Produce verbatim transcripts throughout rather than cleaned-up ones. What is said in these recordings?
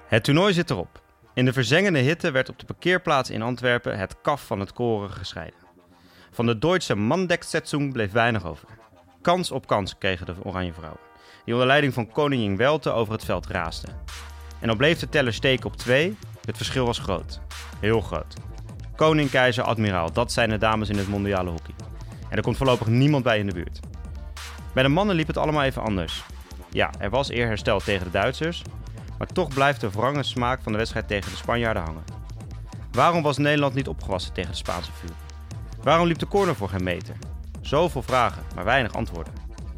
Het toernooi zit erop. In de verzengende hitte werd op de parkeerplaats in Antwerpen het kaf van het koren gescheiden. Van de Duitse Manndecksetzung bleef weinig over. Kans op kans kregen de Oranje Vrouwen, die onder leiding van koningin Welte over het veld raasden. En al bleef de teller steken op twee, het verschil was groot. Heel groot. Koning, keizer, admiraal, dat zijn de dames in het mondiale hockey. En er komt voorlopig niemand bij in de buurt. Bij de mannen liep het allemaal even anders. Ja, er was eerherstel tegen de Duitsers, maar toch blijft de wrange smaak van de wedstrijd tegen de Spanjaarden hangen. Waarom was Nederland niet opgewassen tegen de Spaanse vuur? Waarom liep de corner voor geen meter? Zoveel vragen, maar weinig antwoorden.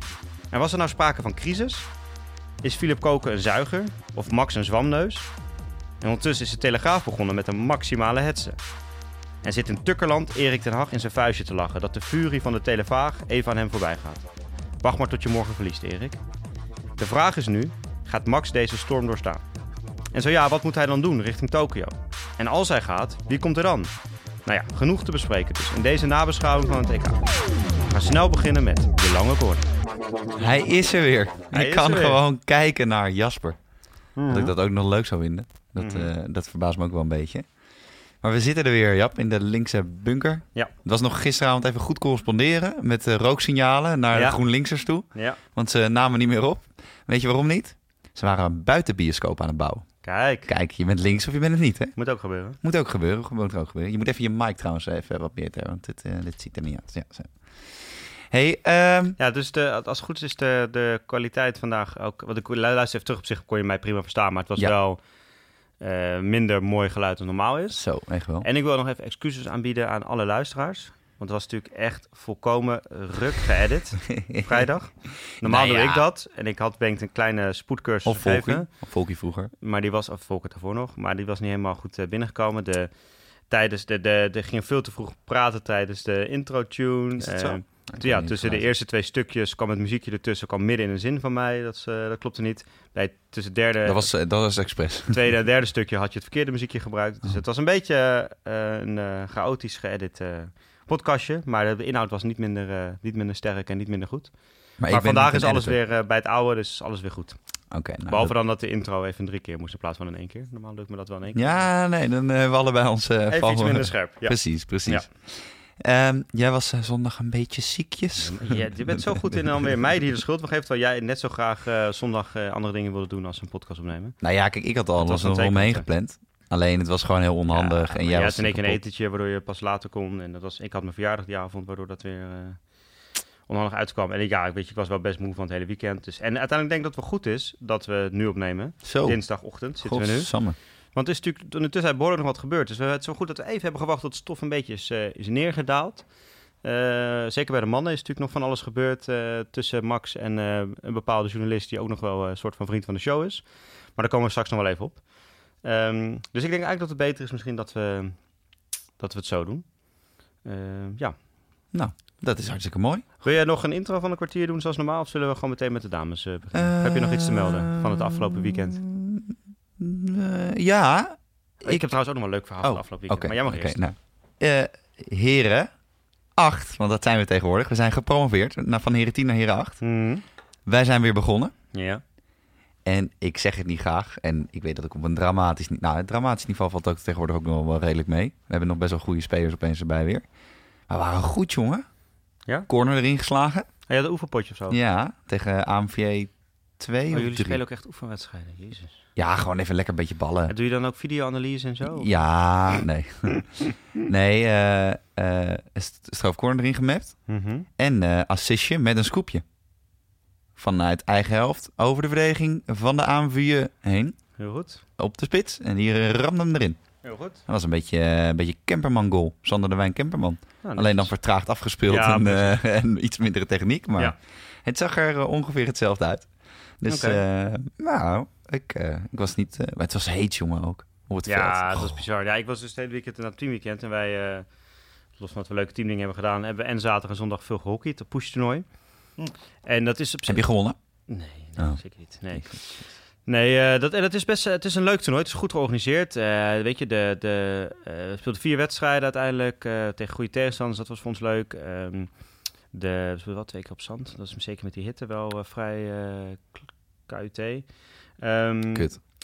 En was er nou sprake van crisis? Is Philip Koken een zuiger of Max een zwamneus? En ondertussen is de Telegraaf begonnen met een maximale hetze. En zit in Tukkerland Erik ten Hag in zijn vuistje te lachen dat de furie van de Televaag even aan hem voorbij gaat. Wacht maar tot je morgen verliest, Erik. De vraag is nu, gaat Max deze storm doorstaan? En zo ja, wat moet hij dan doen richting Tokio? En als hij gaat, wie komt er dan? Nou ja, genoeg te bespreken dus in deze nabeschouwing van het E K. We gaan snel beginnen met de lange corner. Hij is er weer. Hij Ik is kan er weer. gewoon kijken naar Jasper. Mm-hmm. Dat ik dat ook nog leuk zou vinden. Dat, Mhm. eh, dat verbaast me ook wel een beetje. Maar we zitten er weer, Jap, in de linkse bunker. Ja. Het was nog gisteravond even goed corresponderen met uh, rooksignalen naar Ja. de GroenLinksers toe. Ja, Want ze namen niet meer op. Weet je waarom niet? Ze waren een buitenbioscoop aan het bouwen. kijk. Kijk, je bent links of je bent het niet, hè? Moet ook gebeuren. Moet ook gebeuren, moet ook gebeuren. Je moet even je mic trouwens even wat meer ter, want dit, uh, dit ziet er niet uit. Ja, zo. Hey, ehm, Ja, dus de, als het goed is, is de, de kwaliteit vandaag ook... Want ik luister even terug, op zich kon je mij prima verstaan, maar het was Ja. wel eh, minder mooi geluid dan normaal is. zo, echt wel. En ik wil nog even excuses aanbieden aan alle luisteraars. Want het was natuurlijk echt volkomen ruk geëdit, vrijdag. Normaal Nou doe ja. ik dat. En ik had Bengt een kleine spoedcursus Of Volkie, gegeven. of Volkie vroeger. Maar die was, of Volker daarvoor nog, maar die was niet helemaal goed eh, binnengekomen. De, tijdens de, de, de ging veel te vroeg praten tijdens de intro-tune. Is dat Eh, zo? t- ja, tussen de eerste twee stukjes kwam het muziekje ertussen, kwam midden in een zin van mij. Dat, is, eh, dat klopte niet. Bij het- tussen het derde, Dat was, eh, dat was expres. tweede en derde stukje had je het verkeerde muziekje gebruikt. Dus het was een beetje eh, een eh, chaotisch geëdit eh, podcastje. Maar de inhoud was niet minder, eh, niet minder sterk en niet minder goed. Maar, ik ben vandaag niet is een alles editor. weer eh, bij het oude, dus is alles weer goed. Oké, nou, Behalve dat- dan dat de intro even drie keer moest in plaats van in één keer. Normaal lukt me dat wel in één keer. Ja, nee, dan eh, hebben we allebei ons uh, Even iets minder scherp. Ja. Precies, precies. Ja. Ehm, jij was eh, zondag een beetje ziekjes. Ja, je bent zo goed in dan weer mij die de schuld van geeft, terwijl jij net zo graag eh, zondag eh, andere dingen wilde doen als een podcast opnemen. Nou ja, kijk, ik had Het alles was nog een om me heen teken. gepland. Alleen het was gewoon heel onhandig. Ja, en maar jij jij was had in één keer een kapot. etentje waardoor je pas later kon. En dat was, ik had mijn verjaardag die avond, waardoor dat weer eh, onhandig uitkwam. En ik- ja, ik weet je, ik was wel best moe van het hele weekend. Dus, en uiteindelijk denk ik dat het wel goed is dat we het nu opnemen. Zo, Dinsdagochtend zitten we nu. godsamme. Want er is natuurlijk in de tussentijd behoorlijk nog wat gebeurd. Dus we, het is wel goed dat we even hebben gewacht tot het stof een beetje is, eh, is neergedaald. Eh, zeker bij de mannen is natuurlijk nog van alles gebeurd eh, tussen Max en eh, een bepaalde journalist die ook nog wel een soort van vriend van de show is. Maar daar komen we straks nog wel even op. Ehm, dus ik denk eigenlijk dat het beter is misschien dat we, dat we het zo doen. Eh, ja. Nou, dat is hartstikke mooi. Wil jij nog een intro van een kwartier doen zoals normaal? Of zullen we gewoon meteen met de dames eh, beginnen? Of heb je nog iets te melden van het afgelopen weekend? Eh, ja. Ik, heb trouwens ook nog wel een leuk verhaal van Oh, het afgelopen weekend. Oké, Maar jij mag oké, eerst. nou. Eh, heren acht, want dat zijn we tegenwoordig. We zijn gepromoveerd naar, van heren tien naar heren acht. Mhm. Wij zijn weer begonnen. Ja. En ik zeg het niet graag. En ik weet dat ik op een dramatisch... ni- Nou, het dramatisch niveau valt ook tegenwoordig ook nog wel redelijk mee. We hebben nog best wel goede spelers opeens erbij weer. Maar we waren goed, jongen. Ja? Corner erin geslagen. Heb je een oefenpotje of zo? Ja, tegen A M V J twee Oh, of jullie drie. spelen ook echt oefenwedstrijden, jezus. Ja, gewoon even lekker een beetje ballen. En doe je dan ook video-analyse en zo? Ja, nee. nee, eh eh stroofcorner erin gemapt. Mhm. En eh assistje met een scoopje. Vanuit eigen helft over de verdediging van de A M V J heen. Heel goed. Op de spits. En die eh, ramde hem erin. Heel goed. Dat was een beetje, eh, een beetje Kemperman goal. Sander de Wijn Kemperman. Nou, Alleen dan netjes. vertraagd afgespeeld Ja, en, eh, en iets mindere techniek. Maar Ja. het zag er eh, ongeveer hetzelfde uit. Dus Oké. eh, nou, ik, eh, ik was niet... eh, maar het was heet, jongen, ook. Op het Ja, veld. dat was bizar. Ja, ik was dus het hele weekend naar het teamweekend. En wij, eh, los van dat we leuke teamdingen hebben gedaan, hebben we en zaterdag en zondag veel gehockeyd. Het push-toernooi. Hm. En dat is op zich... Heb je gewonnen? Nee, nee Oh. zeker niet. Nee. Nee, eh, dat, en dat is best, eh, het is een leuk toernooi. Het is goed georganiseerd. Eh, weet je, de, de, eh, we speelden vier wedstrijden uiteindelijk eh, tegen goede tegenstanders. Dat was voor ons leuk. Ehm, de, we speelden wel twee keer op zand. Dat is zeker met die hitte wel eh, vrij eh, K U T. Ehm, Kut.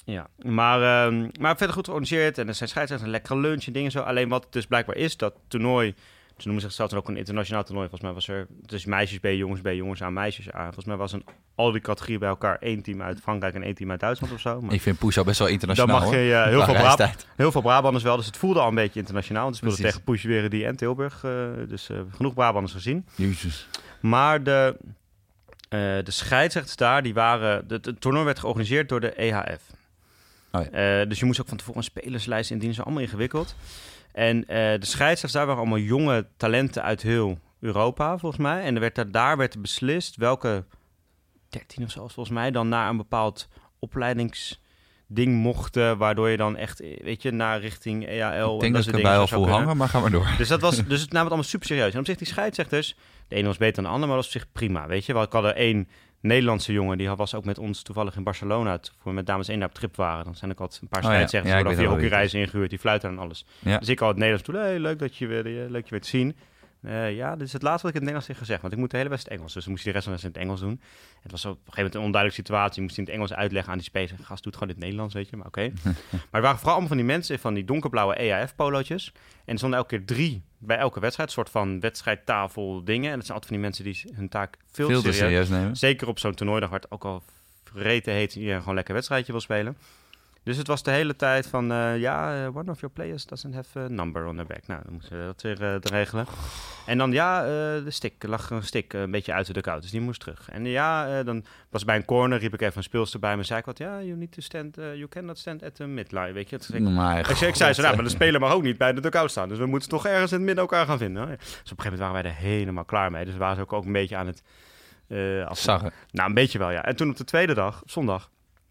Ja, maar, uh, maar verder goed georganiseerd. En er zijn scheidsrechters, een lekkere lunch en dingen zo. Alleen wat het dus blijkbaar is, dat toernooi... Ze noemen zichzelf dan ook een internationaal toernooi. Volgens mij was er dus meisjes B, jongens B, jongens A, meisjes A. Volgens mij was een, al die categorieën bij elkaar één team uit Frankrijk en één team uit Duitsland of zo. Maar ik vind Push al best wel internationaal. Dan mag je uh, heel, veel Brab- heel veel Brabanders wel. Dus het voelde al een beetje internationaal. Want ze speelden tegen Push, Weredy en Tilburg. Uh, dus uh, genoeg Brabanders gezien. Jezus. Maar de, uh, de scheidsrechters daar, die waren... Het, het toernooi werd georganiseerd door de E H F. Oh ja. uh, dus je moest ook van tevoren een spelerslijst indienen. Dat is allemaal ingewikkeld. En uh, de scheidsrechters daar waren allemaal jonge talenten uit heel Europa, volgens mij. En er werd daar, daar werd beslist welke dertien of zo, volgens mij, dan naar een bepaald opleidingsding mochten, waardoor je dan echt, weet je, naar richting E H L... Ik denk dat, dat ik erbij al vol hangen, maar gaan we door. Dus, dat was, dus het nam het allemaal super serieus. En op zich die scheidsrechters, de ene was beter dan de ander, maar dat was op zich prima, weet je. We hadden één Nederlandse jongen, die was ook met ons toevallig in Barcelona, voor met dames één naar op trip waren. Dan zijn ook altijd een paar oh, scheidsrechters, ja. ja, worden ook die hockeyreizen ingehuurd, die fluiten en alles. Ja. Dus ik al het Nederlands toe, hey, leuk dat je weer, leuk je weer te zien. Uh, ja, dit is het laatste wat ik in het Nederlands heb gezegd, want ik moet de hele wedstrijd Engels, dus dan moest je de rest van de wedstrijd in het Engels doen. Het was op een gegeven moment een onduidelijke situatie, je moest in het Engels uitleggen aan die spelers. Gast doet gewoon in het Nederlands, weet je, maar oké. Okay. Maar er waren vooral allemaal van die mensen van die donkerblauwe E H F-polootjes. En er stonden elke keer drie bij elke wedstrijd, een soort van wedstrijdtafel dingen. En dat zijn altijd van die mensen die hun taak veel, veel te serieus, serieus nemen. Zeker op zo'n toernooidag waar het ook al rete heet en iedereen gewoon lekker wedstrijdje wil spelen. Dus het was de hele tijd van, uh, ja, uh, one of your players doesn't have a number on their back. Nou, dan moesten we dat weer uh, regelen. En dan, ja, uh, de stick, er lag een stick uh, een beetje uit de koud, dus die moest terug. En ja, uh, dan was bij een corner, riep ik even een speelster bij me, zei ik wat, ja, you need to stand, uh, you cannot stand at the midline, weet je. Dus ik, maar, ik, ik zei zo, nou, maar de speler mag ook niet bij de dugout staan, dus we moeten toch ergens in het midden elkaar gaan vinden. Dus op een gegeven moment waren wij er helemaal klaar mee, dus we waren ook, ook een beetje aan het... Uh, Zaggen. Nou, een beetje wel, ja. En toen op de tweede dag, op zondag...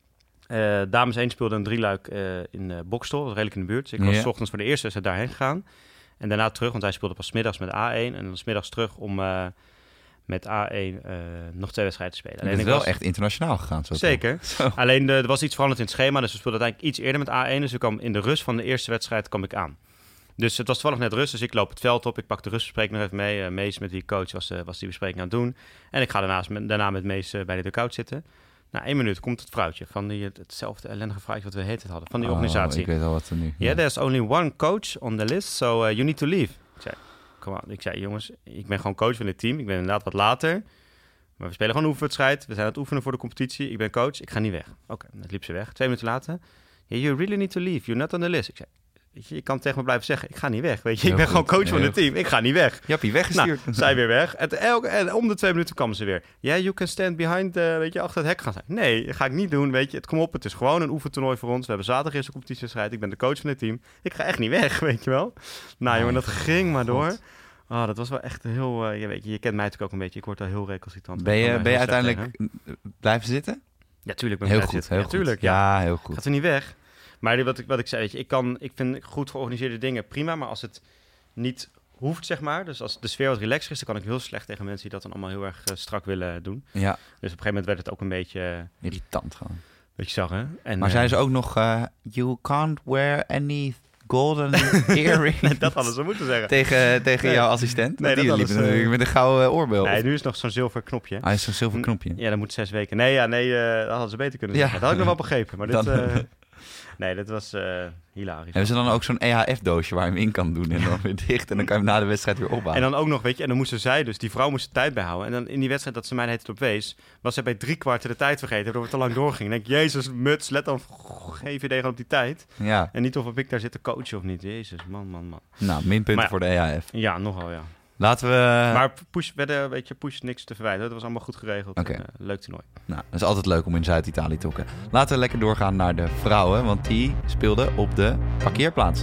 Uh, dames één speelde een drieluik uh, in uh, Bokstel, dat was redelijk in de buurt. Dus ik was 's yeah. ochtends voor de eerste wedstrijd daarheen gegaan. En daarna terug, want hij speelde pas 's middags met A één. En dan 's middags terug om uh, met A één uh, nog twee wedstrijden te spelen. En het is wel was... echt internationaal gegaan. Zo Zeker. Zo. Alleen uh, er was iets veranderd in het schema, dus we speelden uiteindelijk iets eerder met A één. Dus ik kwam in de rust van de eerste wedstrijd kwam ik aan. Dus het was toevallig net rust, dus ik loop het veld op. Ik pak de rustbespreking nog even mee. Uh, Mees, met wie ik coach was, uh, was die bespreking aan het doen. En ik ga daarnaast met, daarna met Mees uh, bij de dugout zitten. Na één minuut komt het vrouwtje van die, hetzelfde ellendige vrouwtje wat we heet het hadden, van die oh, organisatie. Ik weet al wat er nu... Yeah, ja. There's only one coach on the list, so uh, you need to leave. Ik zei, come on. Ik zei, jongens, ik ben gewoon coach van dit team. Ik ben inderdaad wat later, maar we spelen gewoon een oefenwedstrijd. We zijn aan het oefenen voor de competitie. Ik ben coach, ik ga niet weg. Oké, okay, dat liep ze weg. Twee minuten later, yeah, you really need to leave. You're not on the list. Ik zei, weet je, je kan tegen me blijven zeggen, ik ga niet weg. Weet je, ik ben goed. gewoon coach van het team. Ik ga niet weg. Jappie, weggestuurd. Nou, zij weer weg. En, elke, en om de twee minuten kwam ze weer. Ja, yeah, you can stand behind, uh, weet je, achter het hek gaan staan. Nee, dat ga ik niet doen, weet je. Het kom op, het is gewoon een oefentoernooi voor ons. We hebben zaterdag eerst een competitiewedstrijd. Ik ben de coach van het team. Ik ga echt niet weg, weet je wel. Nou, oh, jongen, dat ging maar door. God. Oh, dat was wel echt heel... Uh, je, weet je, je kent mij natuurlijk ook een beetje. Ik word daar heel recalcitrant. Ben je, ben je uiteindelijk tegen. blijven zitten? Ja, tuurlijk ben ik heel goed, zitten. Heel ja, tuurlijk, goed. Ja, heel goed. Gaat er niet weg. Maar wat ik, wat ik zei, weet je, ik, kan, ik vind goed georganiseerde dingen prima, maar als het niet hoeft, zeg maar, dus als de sfeer wat relaxer is, dan kan ik heel slecht tegen mensen die dat dan allemaal heel erg uh, strak willen doen. Ja. Dus op een gegeven moment werd het ook een beetje... Uh, irritant gewoon. Beetje zag, hè? En, maar uh, zijn ze ook nog, uh, you can't wear any golden earrings? Nee, dat hadden ze moeten zeggen. Tegen, tegen nee. jouw assistent? Nee, die dat liep is, natuurlijk uh, met een gouden oorbel. Nee, nu is nog zo'n zilver knopje. Ah, is zo'n zilver knopje. Ja, dat moet zes weken. Nee, ja, nee, uh, dat hadden ze beter kunnen zeggen. Ja. Dat had ik nog wel begrepen, maar dit... Dan, uh, Nee, dat was uh, hilarisch. Hebben ze dan ook zo'n E H F-doosje waar je hem in kan doen en dan weer dicht en dan kan je hem na de wedstrijd weer ophalen? En dan ook nog, weet je, en dan moesten zij dus, die vrouw moest de tijd bijhouden. En dan in die wedstrijd dat ze mij het op wees, was zij bij drie kwarten de tijd vergeten, waardoor het te lang doorging. En denk ik, jezus, muts, let dan, geef je tegen op die tijd. Ja. En niet of ik daar zit te coachen of niet. Jezus, man, man, man. Nou, minpunten ja, voor de E H F. Ja, nogal, ja. Laten we... Maar push, werden, weet je, push niks te verwijten. Dat was allemaal goed geregeld. Okay. En, uh, leuk toernooi. Nou, dat is altijd leuk om in Zuid-Italië te hokken. Laten we lekker doorgaan naar de vrouwen, want die speelden op de parkeerplaats.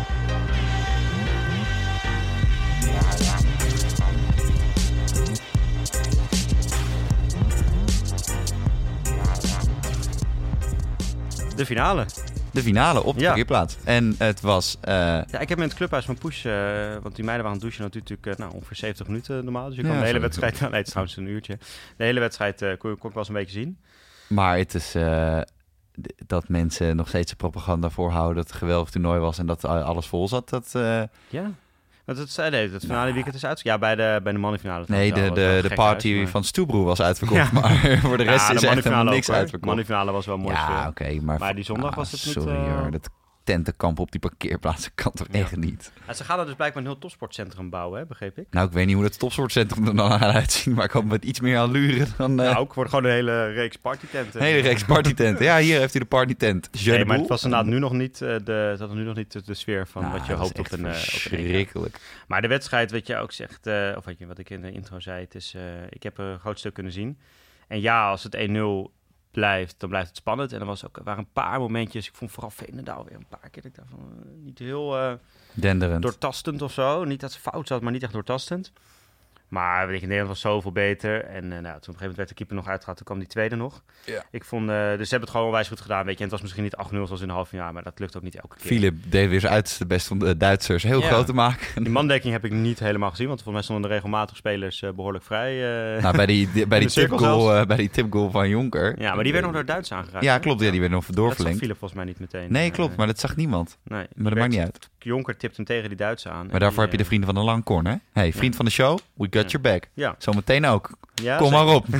De finale. De finale op de ja. parkeerplaats. En het was... Uh... Ja, ik heb in het clubhuis van Push, uh, want die meiden waren aan het douchen natuurlijk uh, nou, ongeveer zeventig minuten normaal. Dus je kan ja, de hele wedstrijd... Nee, het is trouwens een uurtje. De hele wedstrijd uh, kon, kon ik wel eens een beetje zien. Maar het is uh, d- dat mensen nog steeds de propaganda voorhouden dat het een geweldig toernooi was en dat alles vol zat. Dat, uh... Ja. Dat het, nee, het finale weekend is uit. Ja, bij de, bij de mannenfinale. Nee, de, de, de party huis, maar... van Stoebroe was uitverkocht. Ja. Maar voor de rest ja, is er echt helemaal niks ook, uitverkocht. De mannenfinale was wel mooi. Ja, oké. Okay, maar, maar die zondag ah, was het sorry, niet... Sorry uh... dat tentenkamp op die parkeerplaatsen kan toch ja. echt niet. Ja, ze gaan er dus blijkbaar een heel topsportcentrum bouwen, hè, begreep ik. Nou, ik weet niet hoe dat topsportcentrum er dan uit ziet, maar ik hoop met iets meer allure dan... Uh... Ja, ook wordt gewoon een hele reeks partytenten. Een hele reeks partytenten. Ja, hier heeft u de partytent. Nee, maar het was inderdaad nu nog niet, uh, de, het had nu nog niet de, de sfeer van nou, wat je hoopt op een... Uh, verschrikkelijk. Maar de wedstrijd, wat je ook zegt, uh, of wat, je, wat ik in de intro zei, het is, uh, ik heb een groot stuk kunnen zien. En ja, als het één nul... blijft, dan blijft het spannend. En er was ook, er waren een paar momentjes. Ik vond vooral Veenendaal weer een paar keer. Ik dacht van, uh, niet heel uh, denderend, doortastend of zo. Niet dat ze fout zat, maar niet echt doortastend. Maar weet je, in Nederland was zoveel beter. En uh, nou, toen op een gegeven moment werd de keeper nog uitgehaald. Toen kwam die tweede nog. Ja. Ik vond, uh, dus ze hebben het gewoon onwijs goed gedaan. Weet je. En het was misschien niet acht nul zoals in de halve jaar, maar dat lukt ook niet elke keer. Philip deed weer zijn uiterste best van de Duitsers heel ja. groot te maken. Die mandekking heb ik niet helemaal gezien, want volgens mij stonden de regelmatig spelers uh, behoorlijk vrij. Uh, nou, bij die, die, bij, die tipgoal, uh, bij die tipgoal van Jonker. Ja, maar die werd nog door Duits aangeraakt. Ja, klopt. Ja, die werd nog doorverlengd. Dat zag Philip volgens mij niet meteen. Nee, klopt. Maar dat zag niemand. Nee, maar dat maakt niet uit. Jonker tipt hem tegen die Duitsers aan. Maar daarvoor die, heb je de vrienden van de Lang Corner. Hè? Hey, vriend ja. van de show, we got ja. your back. Ja. Zometeen ook. Ja, Kom zeker. maar op.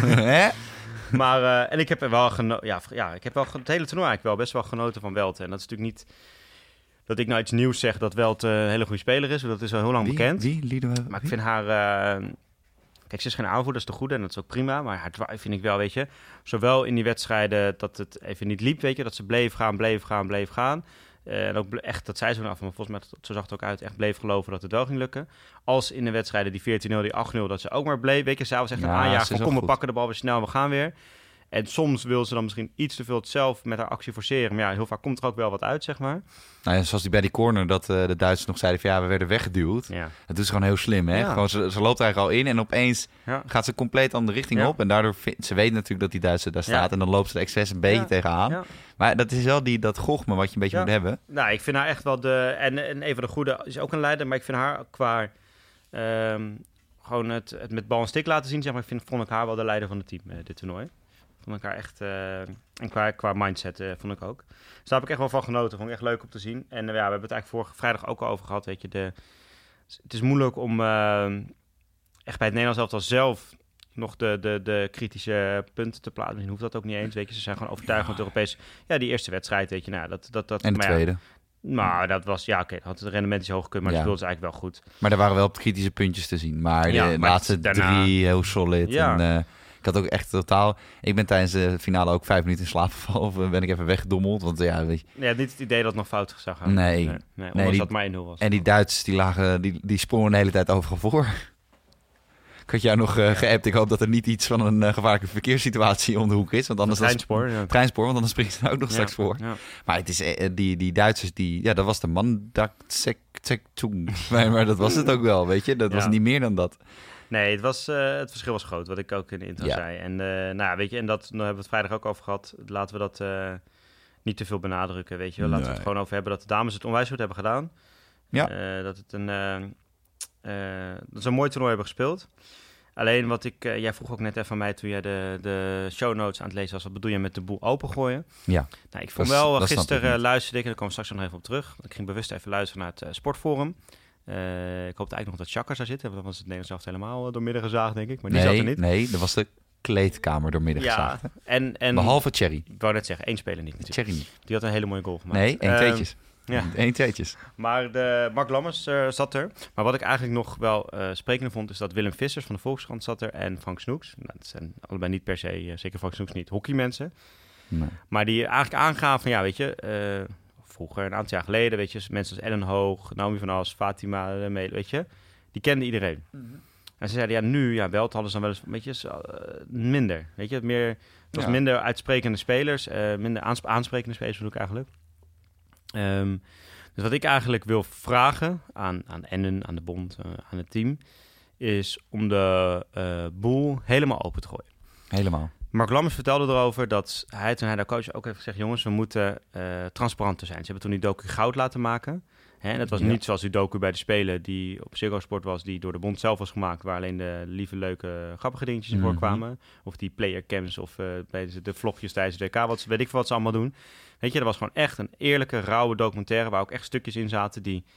Maar, uh, en ik heb er wel genoten. Ja, ja, ik heb wel het hele toernooi eigenlijk wel best wel genoten van Welte. En dat is natuurlijk niet dat ik nou iets nieuws zeg dat Welte een hele goede speler is. Dat is al heel lang wie, bekend. Wie? Lieden we, maar ik vind haar... Uh, kijk, ze is geen aanvoerder, dat is de goede en dat is ook prima. Maar haar drive vind ik wel, weet je. Zowel in die wedstrijden dat het even niet liep, weet je. Dat ze bleef gaan, bleef gaan, bleef gaan. Uh, en ook echt, dat zei ze af, maar volgens mij, zo zag het ook uit, echt bleef geloven dat het wel ging lukken. Als in de wedstrijden die veertien nul, die acht nul, dat ze ook maar bleef. Weet je, zij was echt een ja, aanjager van kom, we pakken de bal weer snel, we gaan weer. En soms wil ze dan misschien iets te veel het zelf met haar actie forceren. Maar ja, heel vaak komt er ook wel wat uit, zeg maar. Nou ja, zoals die bij die corner, dat uh, de Duitsers nog zeiden van ja, we werden weggeduwd. Ja. Dat is gewoon heel slim, hè? Ja. Gewoon, ze, ze loopt eigenlijk al in en opeens ja. gaat ze compleet andere richting ja. op. En daardoor, vind, ze weet natuurlijk dat die Duitser daar staat. Ja. En dan loopt ze er expres een beetje ja. tegenaan. Ja. Maar dat is wel die, dat gochme wat je een beetje ja. moet hebben. Nou, ik vind haar echt wel de... En, en een van de goede is ook een leider, maar ik vind haar qua... Um, gewoon het, het met bal en stick laten zien, zeg maar. Ik vind, vond ik haar wel de leider van het team, uh, dit toernooi. Vond ik haar echt... Uh, en qua, qua mindset uh, vond ik ook. Dus daar heb ik echt wel van genoten. Vond ik echt leuk om te zien. En uh, ja, we hebben het eigenlijk vorige vrijdag ook al over gehad, weet je. De, het is moeilijk om uh, echt bij het Nederlands elftal zelf nog de, de, de kritische punten te plaatsen. Misschien hoeft dat ook niet eens, weet je. Ze zijn gewoon overtuigend ja. Europees. Ja, die eerste wedstrijd, weet je. Nou, dat, dat, dat, en de maar tweede. Ja, nou, dat was... Ja, oké. Okay, had het rendement is hoog kunnen, maar ja. dat speelde ze eigenlijk wel goed. Maar er waren wel kritische puntjes te zien. Maar ja, de maar laatste daarna... drie heel solid. Ja. En, uh, ik had ook echt totaal... Ik ben tijdens de finale ook vijf minuten in slaap gevallen. Of ben ik even weggedommeld. Want ja, weet je... Ja, niet het idee dat het nog fout zag gaan. Nee. Nee, nee, nee die, dat maar één nul was. En die Duitsers, die lagen... Die, die sprongen de hele tijd overal voor. Ik had jou nog uh, geappt. Ik hoop dat er niet iets van een uh, gevaarlijke verkeerssituatie om de hoek is. Want anders treinspoor, ja. treinspoor, want anders springt ze ook nog ja, straks voor. Ja. Maar het is uh, die, die Duitsers, die, ja, dat was de Mandaksektung. maar, maar dat was het ook wel, weet je. Dat ja. was niet meer dan dat. Nee, het, was, uh, het verschil was groot, wat ik ook in de intro ja. zei. En, uh, nou ja, weet je, en dat, daar hebben we het vrijdag ook over gehad. Laten we dat uh, niet te veel benadrukken, weet je wel. Laten nee. we het gewoon over hebben dat de dames het onwijs goed hebben gedaan. Ja. Uh, dat, het een, uh, uh, dat ze een mooi toernooi hebben gespeeld. Alleen wat ik... Uh, jij vroeg ook net even aan mij toen jij de, de show notes aan het lezen was. Wat bedoel je met de boel opengooien? Ja. Nou, ik vond dat, wel... Dat gisteren uh, luisterde ik, en daar komen we straks nog even op terug. Ik ging bewust even luisteren naar het uh, Sportforum. Uh, ik hoopte eigenlijk nog dat Chaka zou zitten. Want dan was het Nederlands zelf helemaal uh, doormidden gezaagd, denk ik. Maar die nee, zat er niet. Nee, dat was de kleedkamer doormidden ja, gezaagd. En, en, behalve Thierry. Ik wou net zeggen, één speler niet natuurlijk. Thierry niet. Die had een hele mooie goal gemaakt. Nee, één tweetjes. Uh, Ja. Eén tweetjes. Maar de Mark Lammers uh, zat er. Maar wat ik eigenlijk nog wel uh, sprekender vond... is dat Willem Vissers van de Volkskrant zat er... en Frank Snoeks. Nou, dat zijn allebei niet per se... Uh, zeker Frank Snoeks niet hockeymensen. Nee. Maar die eigenlijk aangaven van... ja, weet je... Uh, vroeger, een aantal jaar geleden... weet je, mensen als Ellen Hoog... Naomi van As, Fatima, uh, weet je... die kenden iedereen. Mm-hmm. En ze zeiden... ja, nu... ja, wel, het hadden ze dan wel eens... een beetje uh, minder. Weet je, meer... Het was ja. minder uitsprekende spelers... Uh, minder aansp- aansprekende spelers bedoel ik eigenlijk... Um, dus wat ik eigenlijk wil vragen aan, aan Ennen, aan de bond, uh, aan het team... is om de uh, boel helemaal open te gooien. Helemaal. Mark Lammers vertelde erover dat hij toen hij de coach ook heeft gezegd... jongens, we moeten uh, transparanter zijn. Ze hebben toen die docu goud laten maken. Hè, en dat was ja. niet zoals die docu bij de Spelen die op Ziggo Sport was... die door de bond zelf was gemaakt... waar alleen de lieve, leuke, grappige dingetjes in mm-hmm. voorkwamen. Of die playercams of uh, bij de vlogjes tijdens de W K. Wat, weet ik veel wat ze allemaal doen. Weet je, dat was gewoon echt een eerlijke, rauwe documentaire... waar ook echt stukjes in zaten die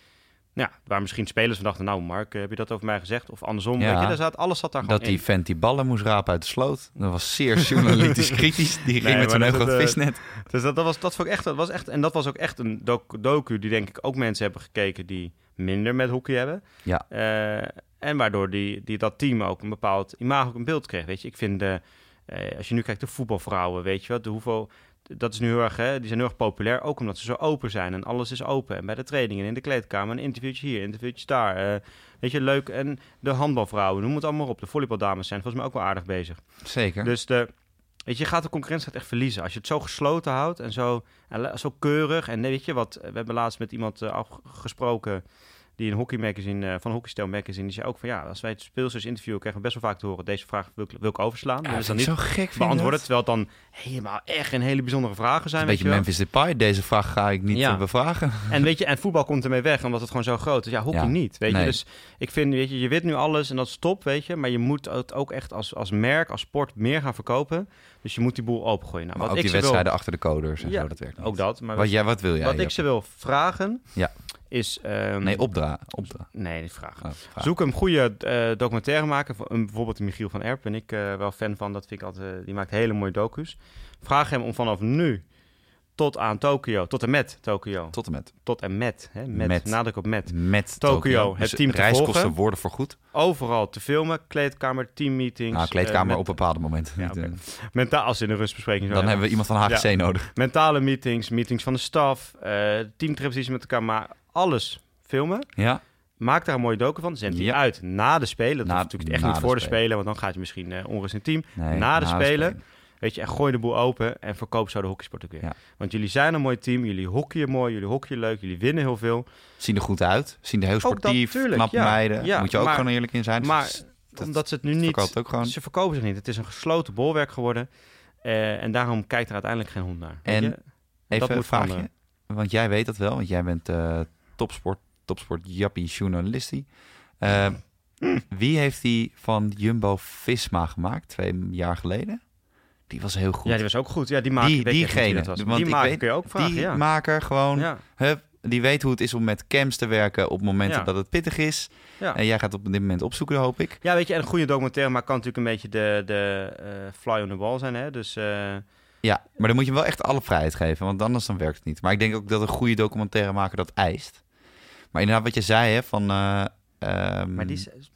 Ja, waar misschien spelers van dachten, nou Mark, heb je dat over mij gezegd? Of andersom, ja, weet je, daar zat, alles zat daar gewoon dat in. Dat die vent die ballen moest rapen uit de sloot. Dat was zeer journalistisch kritisch. Die ging nee, met zo'n heel groot visnet. Dus dat, dat, was, dat vond ik echt, dat was echt... En dat was ook echt een docu, docu die denk ik ook mensen hebben gekeken die minder met hockey hebben. Ja. Uh, en waardoor die, die, dat team ook een bepaald imago, ook een beeld kreeg. Weet je, ik vind, uh, uh, als je nu kijkt de voetbalvrouwen, weet je wat, de hoeveel... Dat is nu heel erg, hè? Die zijn heel erg populair, ook omdat ze zo open zijn. En alles is open. En bij de trainingen, in de kleedkamer, een interviewtje hier, interviewtje daar. Uh, weet je, leuk. En de handbalvrouwen, noem het allemaal op. De volleybaldames zijn volgens mij ook wel aardig bezig. Zeker. Dus de, weet je, je gaat de concurrentie echt verliezen. Als je het zo gesloten houdt en zo, en zo keurig. En weet je wat, we hebben laatst met iemand uh, gesproken... die een hockeymagazine, uh, van Hockeystyle Magazine, die zei ook van ja, als wij het speelsters interviewen, krijgen we best wel vaak te horen, deze vraag wil ik, wil ik overslaan. Ja, dus dan niet zo gek beantwoorden, terwijl het dan helemaal echt een hele bijzondere vragen zijn. Een beetje weet je Memphis Depay, deze vraag ga ik niet ja. bevragen. En weet je, en voetbal komt ermee weg, omdat het gewoon zo groot is. Ja, hockey ja. niet, weet nee. je. Dus ik vind, weet je, je weet nu alles en dat is top, weet je, maar je moet het ook echt als, als merk, als sport meer gaan verkopen. Dus je moet die boel opengooien. Nou, maar wat ook ik die wedstrijden wil... achter de coders en ja, zo, dat werkt niet. Ook dat. Maar wat, jij, wat wil jij? Wat ik ze wil vragen... Ja. Is, um, nee, opdra. opdra. Nee, niet vragen. Oh, vraag. Zoek een goede uh, documentaire maken. Um, bijvoorbeeld Michiel van Erp ben ik uh, wel fan van. Dat vind ik altijd, uh, die maakt hele mooie docu's. Vraag hem om vanaf nu tot aan Tokio, tot en met Tokio. Tot en met. Tot en met. Hè, met, met. Nadruk op met. Met Tokio. Tokio. Het dus team te reiskosten volgen. worden vergoed. Overal te filmen. Kleedkamer, teammeetings. Nou, kleedkamer uh, met, op bepaalde momenten. Ja, okay. Mentaal, als in een rustbespreking. Dan hebben. hebben we iemand van H G C ja. nodig. Mentale meetings, meetings van de staf. Uh, teamtrips die ze met elkaar maken. Alles filmen. Ja. Maak daar een mooie docu van. Zend die ja. uit na de Spelen. Dat na, hoeft natuurlijk echt niet voor de Spelen. spelen, want dan gaat je misschien uh, onrust in het team. Nee, na de na Spelen. De weet je, en gooi de boel open en verkoop zo de hockeysport ook weer. Ja. Want jullie zijn een mooi team, jullie hockeyen mooi, jullie hockeyen leuk, jullie winnen heel veel. Zien er goed uit, zien er heel sportief, knappe ja. meiden. Ja, moet je ook maar, gewoon eerlijk in zijn. Maar dus dat, omdat ze het nu niet... Verkoopt ook gewoon. Ze verkopen zich niet. Het is een gesloten bolwerk geworden. Uh, en daarom kijkt er uiteindelijk geen hond naar. En je? even dat een vraagje, want jij weet dat wel, want jij bent uh, topsport, topsport jappie journalistie. Uh, mm. Wie heeft die van Jumbo-Visma gemaakt, twee jaar geleden? Die was heel goed. Ja, die was ook goed. Ja, die maker, die, diegene. Was. Die maker weet, kun je ook vragen, Die ja. maker gewoon, ja. hup, die weet hoe het is om met cams te werken op momenten ja. dat het pittig is. Ja. En jij gaat op dit moment opzoeken, hoop ik. Ja, weet je, en een goede documentaire maar kan natuurlijk een beetje de, de uh, fly on the wall zijn, hè. Dus... Uh... Ja, maar dan moet je hem wel echt alle vrijheid geven, want anders dan werkt het niet. Maar ik denk ook dat een goede documentaire maker dat eist. Maar inderdaad, wat je zei, hè, van... Uh, um... Maar die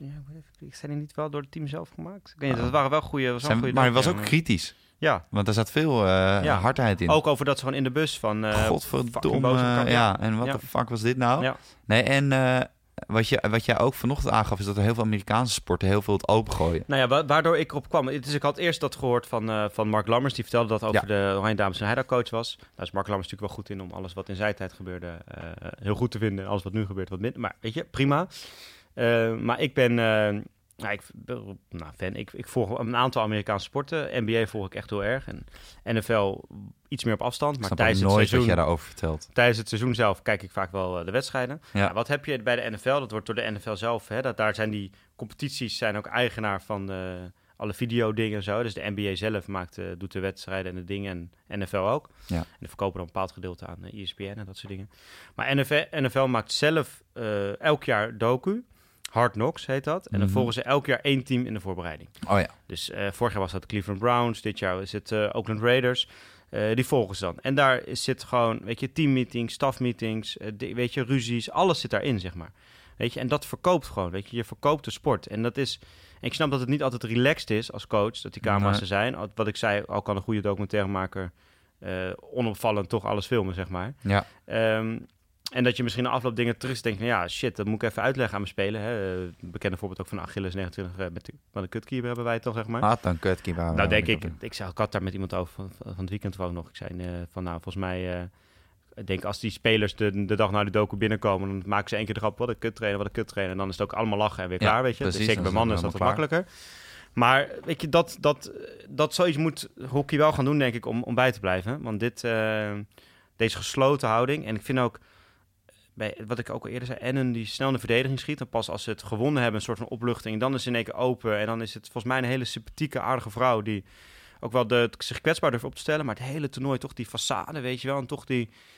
zijn die niet wel door het team zelf gemaakt? Ik weet niet, dat waren wel goede... Was zijn, goede maar het was ook kritisch. Ja. Want er zat veel uh, ja. hardheid in. Ook over dat ze gewoon in de bus van... Uh, Godverdomme. Uh, ja, en wat de ja. fuck was dit nou? Ja. Nee, en uh, wat, je, wat jij ook vanochtend aangaf... is dat er heel veel Amerikaanse sporten heel veel het opengooien. Nou ja, wa- waardoor ik erop kwam... Dus ik had eerst dat gehoord van, uh, van Mark Lammers. Die vertelde dat over ja. de Oranje Dames en hij daar coach was. Daar is Mark Lammers natuurlijk wel goed in... om alles wat in zijn tijd gebeurde uh, heel goed te vinden. Alles wat nu gebeurt wat minder. Maar weet je, prima. Uh, maar ik ben... Uh, Nou, ik nou, fan. Ik, ik volg een aantal Amerikaanse sporten. N B A volg ik echt heel erg. En N F L iets meer op afstand. Maar tijdens het nooit seizoen, wat jij daarover vertelt. Tijdens het seizoen zelf kijk ik vaak wel uh, de wedstrijden. Ja. Nou, wat heb je bij de N F L? Dat wordt door de N F L zelf. Hè, dat, daar zijn die competities zijn ook eigenaar van uh, alle videodingen en zo. Dus de N B A zelf maakt, uh, doet de wedstrijden en de dingen. En N F L ook. Ja. En die verkopen dan een bepaald gedeelte aan uh, E S P N en dat soort dingen. Maar N F L maakt zelf uh, elk jaar docu. Hard Knocks heet dat. En dan Mm-hmm. volgen ze elk jaar één team in de voorbereiding. Oh ja. Dus uh, vorig jaar was dat Cleveland Browns. Dit jaar is het uh, Oakland Raiders. Uh, die volgen ze dan. En daar zit gewoon, weet je, teammeetings, stafmeetings, uh, de, weet je, ruzies. Alles zit daarin, zeg maar. Weet je, en dat verkoopt gewoon, weet je. Je verkoopt de sport. En dat is... En ik snap dat het niet altijd relaxed is als coach, dat die camera's nee. er zijn. Wat ik zei, al kan een goede documentairemaker uh, onopvallend toch alles filmen, zeg maar. Ja. Um, En dat je misschien na afloop dingen terug denkt van... ja, shit, dat moet ik even uitleggen aan mijn spelen. Hè. Uh, bekende voorbeeld ook van Achilles negenentwintig uh, met de, met de kutkeeper hebben wij het dan, zeg maar. Ah, dan kutkeeper. Nou, denk ik... Ik, zei, ik had daar met iemand over van, van het weekend gewoon nog. Ik zei uh, van, nou, volgens mij... Uh, ik denk, als die spelers de, de dag na de docu binnenkomen... dan maken ze één keer de grap, wat een kuttrainer, wat een kuttrainer. En dan is het ook allemaal lachen en weer klaar, ja, weet je. Precies, dus zeker bij mannen is dat wat makkelijker. Maar weet je, dat, dat, dat zoiets moet hockey wel gaan doen, denk ik, om, om bij te blijven. Want dit, uh, deze gesloten houding... En ik vind ook... Bij, wat ik ook al eerder zei, Ennen die snel in de verdediging schiet. En pas als ze het gewonnen hebben, een soort van opluchting. Dan is ze in één keer open. En dan is het volgens mij een hele sympathieke, aardige vrouw... die ook wel de, zich kwetsbaar durft op te stellen. Maar het hele toernooi, toch die façade, weet je wel. En toch die...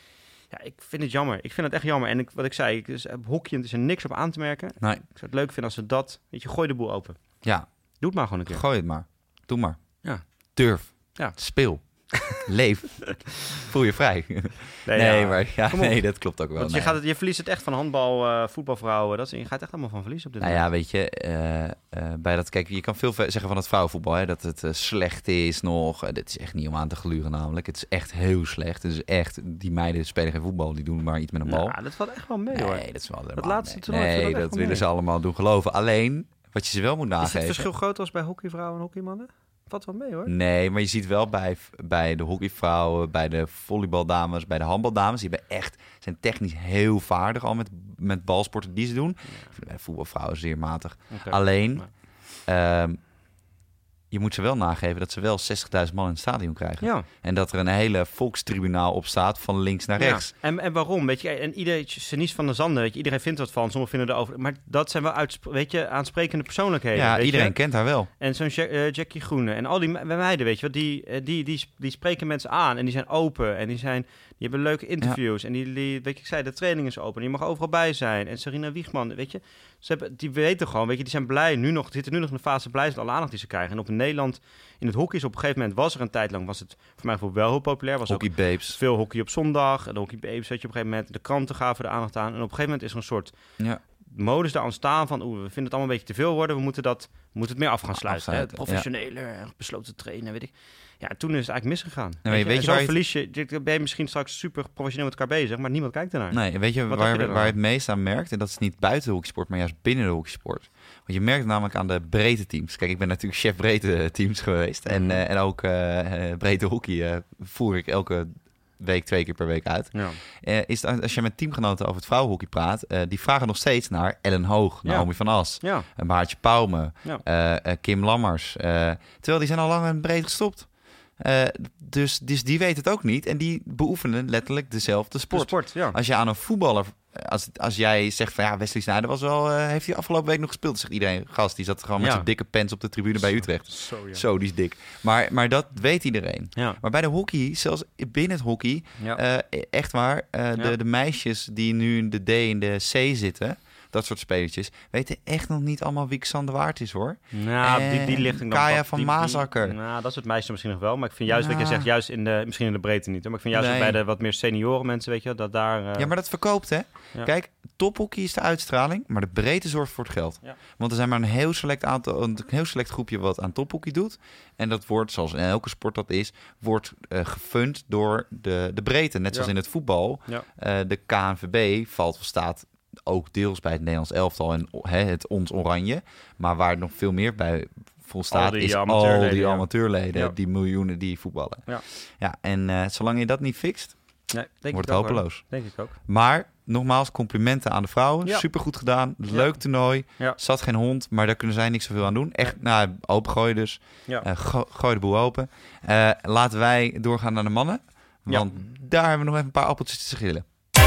Ja, ik vind het jammer. Ik vind het echt jammer. En ik, wat ik zei, ik, dus, op hockey is er niks op aan te merken. Nee. Ik zou het leuk vinden als ze dat... Weet je, gooi de boel open. Ja. Doe het maar gewoon een keer. Gooi het maar. Doe maar. Ja. Durf. Ja. Speel. Leef. Voel je vrij. Nee, nee ja. maar ja, nee, dat klopt ook wel. Want je, nee. gaat het, je verliest het echt van handbal, uh, voetbalvrouwen. Dat is, je gaat echt allemaal van verliezen op dit nou moment. Ja, weet je, uh, uh, bij dat, kijk, je kan veel zeggen van het vrouwenvoetbal, hè, dat het uh, slecht is nog. Uh, dit is echt niet om aan te gluren namelijk. Het is echt heel slecht. Het is echt, die meiden spelen geen voetbal, die doen maar iets met een bal. Ja, dat valt echt wel mee nee, hoor. Nee, dat is wel dat laatste toernooi. Nee, dat, dat, dat willen mee. ze allemaal doen geloven. Alleen, wat je ze wel moet nageven... Is het verschil groot als bij hockeyvrouwen en hockeymannen? Valt wel mee hoor. Nee, maar je ziet wel bij, bij de hockeyvrouwen, bij de volleybaldames, bij de handbaldames, die hebben echt, zijn technisch heel vaardig al met, met balsporten die ze doen. Ja. Bij voetbalvrouwen zeer matig. Okay. Alleen, ja. um, je moet ze wel nageven dat ze wel zestigduizend man in het stadion krijgen. Ja. En dat er een hele volkstribunaal op staat van links naar rechts. Ja. En, en waarom? Weet je, en iedereen, Senies van der Zanden, weet je, iedereen vindt wat van, sommigen vinden erover. Maar dat zijn wel uitspre- weet je, aansprekende persoonlijkheden. Ja, weet iedereen je? kent haar wel. En zo'n ja- uh, Jackie Groene en al die me- meiden, weet je wat, die, uh, die, die, die spreken mensen aan en die zijn open en die zijn, die hebben leuke interviews ja. en die, die, weet je, ik zei, de training is open, je mag overal bij zijn. En Sarina Wiegman, weet je, ze hebben, die weten gewoon, weet je, die zijn blij nu nog, zitten nu nog in de fase blij met alle aandacht die ze krijgen. En op Nederland, in het hockey is op een gegeven moment, was er een tijd lang, was het voor mij wel heel populair. Was hockey babes. Veel hockey op zondag, en de hockey babes, weet je, op een gegeven moment, de kranten gaven de aandacht aan. En op een gegeven moment is er een soort ja. modus daar ontstaan van, oeh, we vinden het allemaal een beetje te veel worden, we moeten dat, we moeten het meer af gaan sluiten. Hè? Professioneler, ja. besloten trainen, weet ik. Ja, toen is het eigenlijk misgegaan. Nee, weet je, weet je, zo verlies je, je, ben je misschien straks super professioneel met elkaar bezig, maar niemand kijkt ernaar. Nee, weet je Wat waar, je waar het meest aan merkt, en dat is niet buiten de hockeysport, maar juist binnen de hockeysport. Want je merkt het namelijk aan de breedte teams. Kijk, ik ben natuurlijk chef breedte teams geweest. En, mm-hmm. uh, en ook uh, breedte hockey uh, voer ik elke week, twee keer per week uit. Ja. Uh, is het, als je met teamgenoten over het vrouwenhockey praat, uh, die vragen nog steeds naar Ellen Hoog, ja. Naomi van As, ja. uh, Maartje Pauwme, ja. uh, uh, Kim Lammers. Uh, terwijl die zijn al lang en breed gestopt. Uh, dus, dus die weet het ook niet. En die beoefenen letterlijk dezelfde sport. De sport ja. Als je aan een voetballer... Als, als jij zegt van ja, Wesley Sneijder was wel, uh, heeft hij afgelopen week nog gespeeld? Dan zegt iedereen, gast, die zat gewoon met ja. zijn dikke pants op de tribune bij Utrecht. Zo, zo, ja. zo die is dik. Maar, maar dat weet iedereen. Ja. Maar bij de hockey, zelfs binnen het hockey, ja. uh, echt waar, uh, ja. de, de meisjes die nu in de D en de C zitten, dat soort spelertjes, weten echt nog niet allemaal wie Xander Waard is, hoor. Nou, en die, die ligt dan Kaya van die, Maasakker. Die, nou, dat is het meisje misschien nog wel. Maar ik vind juist, ja. wat je zegt, juist in de, misschien in de breedte niet. Hoor. Maar ik vind juist nee. bij de wat meer senioren mensen, weet je, dat daar... Uh... Ja, maar dat verkoopt, hè? Ja. Kijk, tophockey is de uitstraling, maar de breedte zorgt voor het geld. Ja. Want er zijn maar een heel select aantal, een heel select groepje wat aan tophockey doet. En dat wordt, zoals in elke sport dat is, wordt uh, gefund door de, de breedte. Net zoals ja. in het voetbal. Ja. Uh, de K N V B valt of staat ook deels bij het Nederlands elftal en he, het Ons Oranje. Maar waar het nog veel meer bij volstaat, is al die amateurleden, ja. die miljoenen die voetballen. Ja, ja en uh, zolang je dat niet fixt, nee, denk wordt het hopeloos. Hoor. Denk ik ook. Maar nogmaals, complimenten aan de vrouwen. Ja. Supergoed gedaan. Leuk ja. toernooi. Ja. Zat geen hond, maar daar kunnen zij niks zoveel aan doen. Echt, ja. nou, open gooien dus. Ja. Uh, go- gooi de boel open. Uh, laten wij doorgaan naar de mannen. Want ja. daar hebben we nog even een paar appeltjes te schillen.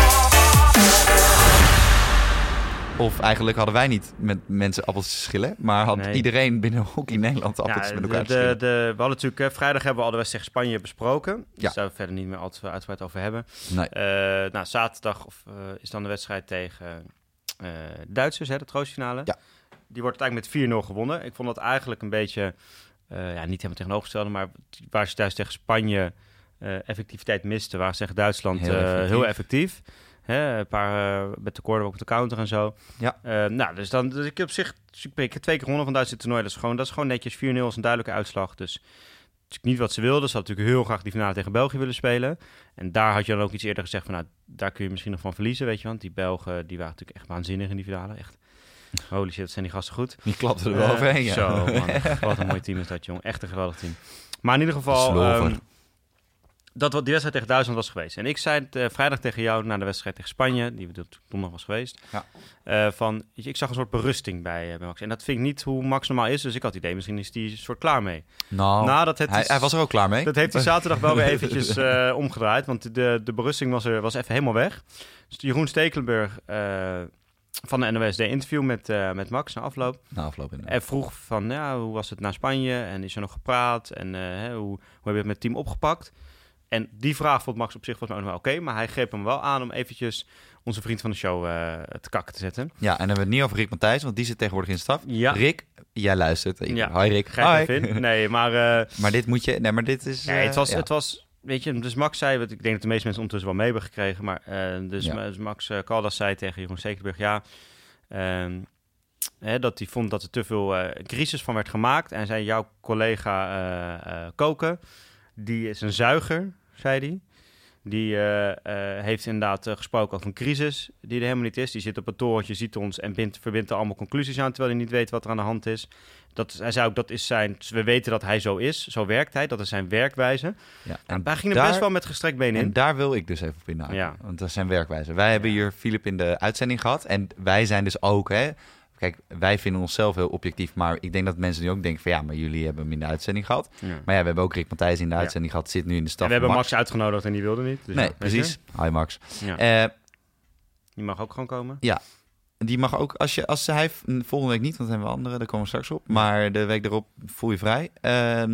Of eigenlijk hadden wij niet met mensen appeltjes te schillen, maar had nee. iedereen binnen Hockey Nederland appeltjes ja, met elkaar de, te schillen. De, de, we hadden natuurlijk, uh, vrijdag hebben we al de wedstrijd tegen Spanje besproken. Ja. Daar zouden we verder niet meer al te uitgebreid over hebben. Nee. Uh, nou, zaterdag of, uh, is dan de wedstrijd tegen uh, Duitsers, hè, de troostfinale. Ja. Die wordt uiteindelijk met vier nul gewonnen. Ik vond dat eigenlijk een beetje, uh, ja, niet helemaal tegenovergestelde, maar waar ze thuis tegen Spanje uh, effectiviteit misten, waren ze tegen Duitsland heel, uh, effectief. heel effectief. Hè, een paar uh, met de corner ook op de counter en zo. Ja. Uh, nou, dus dan, dus ik heb op zich, ik heb twee keer gewonnen van Duitse toernooi. Dat is gewoon, dat is gewoon netjes vier nul, is een duidelijke uitslag. Dus het is niet wat ze wilden. Ze hadden natuurlijk heel graag die finale tegen België willen spelen. En daar had je dan ook iets eerder gezegd van, nou, daar kun je misschien nog van verliezen, weet je. Want die Belgen, die waren natuurlijk echt waanzinnig in die finale. Echt, holy shit, zijn die gasten goed. Die klapten er wel uh, overheen, ja. Zo, man, wat een mooi team is dat, jong. Echt een geweldig team. Maar in ieder geval... Dat wat die wedstrijd tegen Duitsland was geweest. En ik zei het uh, vrijdag tegen jou na de wedstrijd tegen Spanje, die donderdag was geweest. Ja. Uh, van, ik zag een soort berusting bij, uh, bij Max. En dat vind ik niet hoe Max normaal is. Dus ik had het idee, misschien is die soort klaar mee. Nou, nou dat hij, hij was er ook klaar mee. Dat heeft hij zaterdag wel weer eventjes uh, omgedraaid. Want de, de berusting was er was even helemaal weg. Dus Jeroen Stekelenburg uh, van de N O S deed een interview met, uh, met Max na afloop. Na afloop inderdaad. En vroeg van, ja, hoe was het naar Spanje? En is er nog gepraat? En uh, hoe, hoe heb je het met het team opgepakt? En die vraag vond Max op zich volgens mij nog wel oké. Maar hij greep hem wel aan om eventjes onze vriend van de show uh, te kakken te zetten. Ja, en dan hebben we het niet over Rick Matthijs, want die zit tegenwoordig in de staf. Ja. Rick, jij luistert. Ja. Hoi Rick. Grijp even in. Nee, maar... Uh, maar dit moet je... Nee, maar dit is... Uh, nee, het was... Ja. Het was weet je, dus Max zei... Wat ik denk dat de meeste mensen ondertussen wel mee hebben gekregen. Maar uh, dus, ja. dus Max uh, Caldas zei tegen Jeroen Stekelenburg... Ja... Um, Hè, dat hij vond dat er te veel uh, crisis van werd gemaakt. En zei, jouw collega uh, uh, Koken, die is een zuiger, zei hij. Die uh, uh, heeft inderdaad uh, gesproken over een crisis die er helemaal niet is. Die zit op het torentje, ziet ons en bindt, verbindt er allemaal conclusies aan... terwijl hij niet weet wat er aan de hand is. Dat, hij zei ook, dat is zijn, we weten dat hij zo is. Zo werkt hij, dat is zijn werkwijze. Ja, en hij ging er best wel met gestrekt been in. En daar wil ik dus even op inhaken. Ja. Want dat is zijn werkwijze. Wij hebben hier Philip in de uitzending gehad. En wij zijn dus ook... Hè, kijk, wij vinden onszelf heel objectief, maar ik denk dat mensen nu ook denken van ja, maar jullie hebben hem in de uitzending gehad. Ja. Maar ja, we hebben ook Rick Matthijs in de uitzending ja. gehad, zit nu in de staf. En we hebben Max. Max uitgenodigd en die wilde niet. Dus nee, ja, precies. Hi Max. Ja. Uh, die mag ook gewoon komen. Ja, die mag ook, als, je, als hij, volgende week niet, want dan hebben we anderen, daar komen we straks op. Maar de week erop voel je vrij. Uh,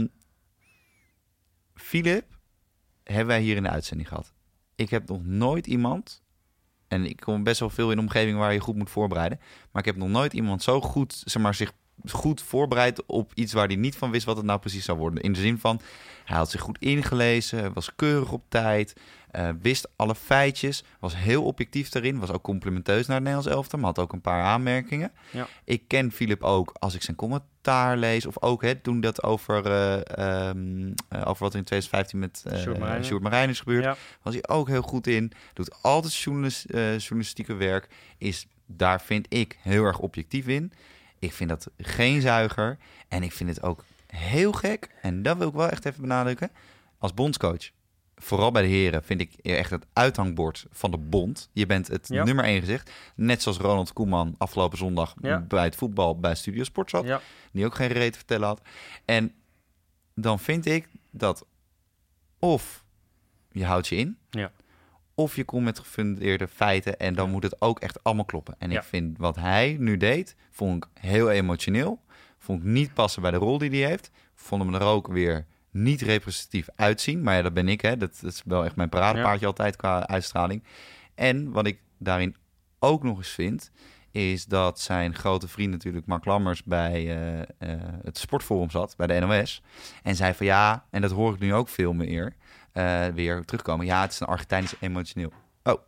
Philip hebben wij hier in de uitzending gehad. Ik heb nog nooit iemand... En ik kom best wel veel in omgevingen waar je goed moet voorbereiden. Maar ik heb nog nooit iemand zo goed, zeg maar, zich goed voorbereid op iets waar hij niet van wist wat het nou precies zou worden. In de zin van, hij had zich goed ingelezen, was keurig op tijd, uh, wist alle feitjes, was heel objectief daarin, was ook complimenteus naar het Nederlands elftal, maar had ook een paar aanmerkingen. Ja. Ik ken Philip ook als ik zijn commentaar lees, of ook hè, toen dat over, uh, um, uh, over wat er in twintig vijftien met uh, Sjoerd Marijn is gebeurd, ja. was hij ook heel goed in. Doet altijd journalist, uh, journalistieke werk, is daar vind ik heel erg objectief in. Ik vind dat geen zuiger. En ik vind het ook heel gek. En dat wil ik wel echt even benadrukken. Als bondscoach, vooral bij de heren, vind ik echt het uithangbord van de bond. Je bent het ja. nummer één gezicht. Net zoals Ronald Koeman afgelopen zondag ja. bij het voetbal bij Studio Sport zat. Ja. Die ook geen reet te vertellen had. En dan vind ik dat of je houdt je in... Ja. Of je komt met gefundeerde feiten en dan ja. moet het ook echt allemaal kloppen. En ja. ik vind wat hij nu deed, vond ik heel emotioneel. Vond ik niet passen bij de rol die hij heeft. Vond hem er ook weer niet representatief uitzien. Maar ja, dat ben ik, hè. Dat, dat is wel echt mijn paradepaardje ja. altijd qua uitstraling. En wat ik daarin ook nog eens vind, is dat zijn grote vriend natuurlijk Mark Lammers bij uh, uh, het Sportforum zat, bij de N O S. En zei van ja, en dat hoor ik nu ook veel meer... Uh, weer terugkomen. Ja, het is een Argentijnisch emotioneel. Oh.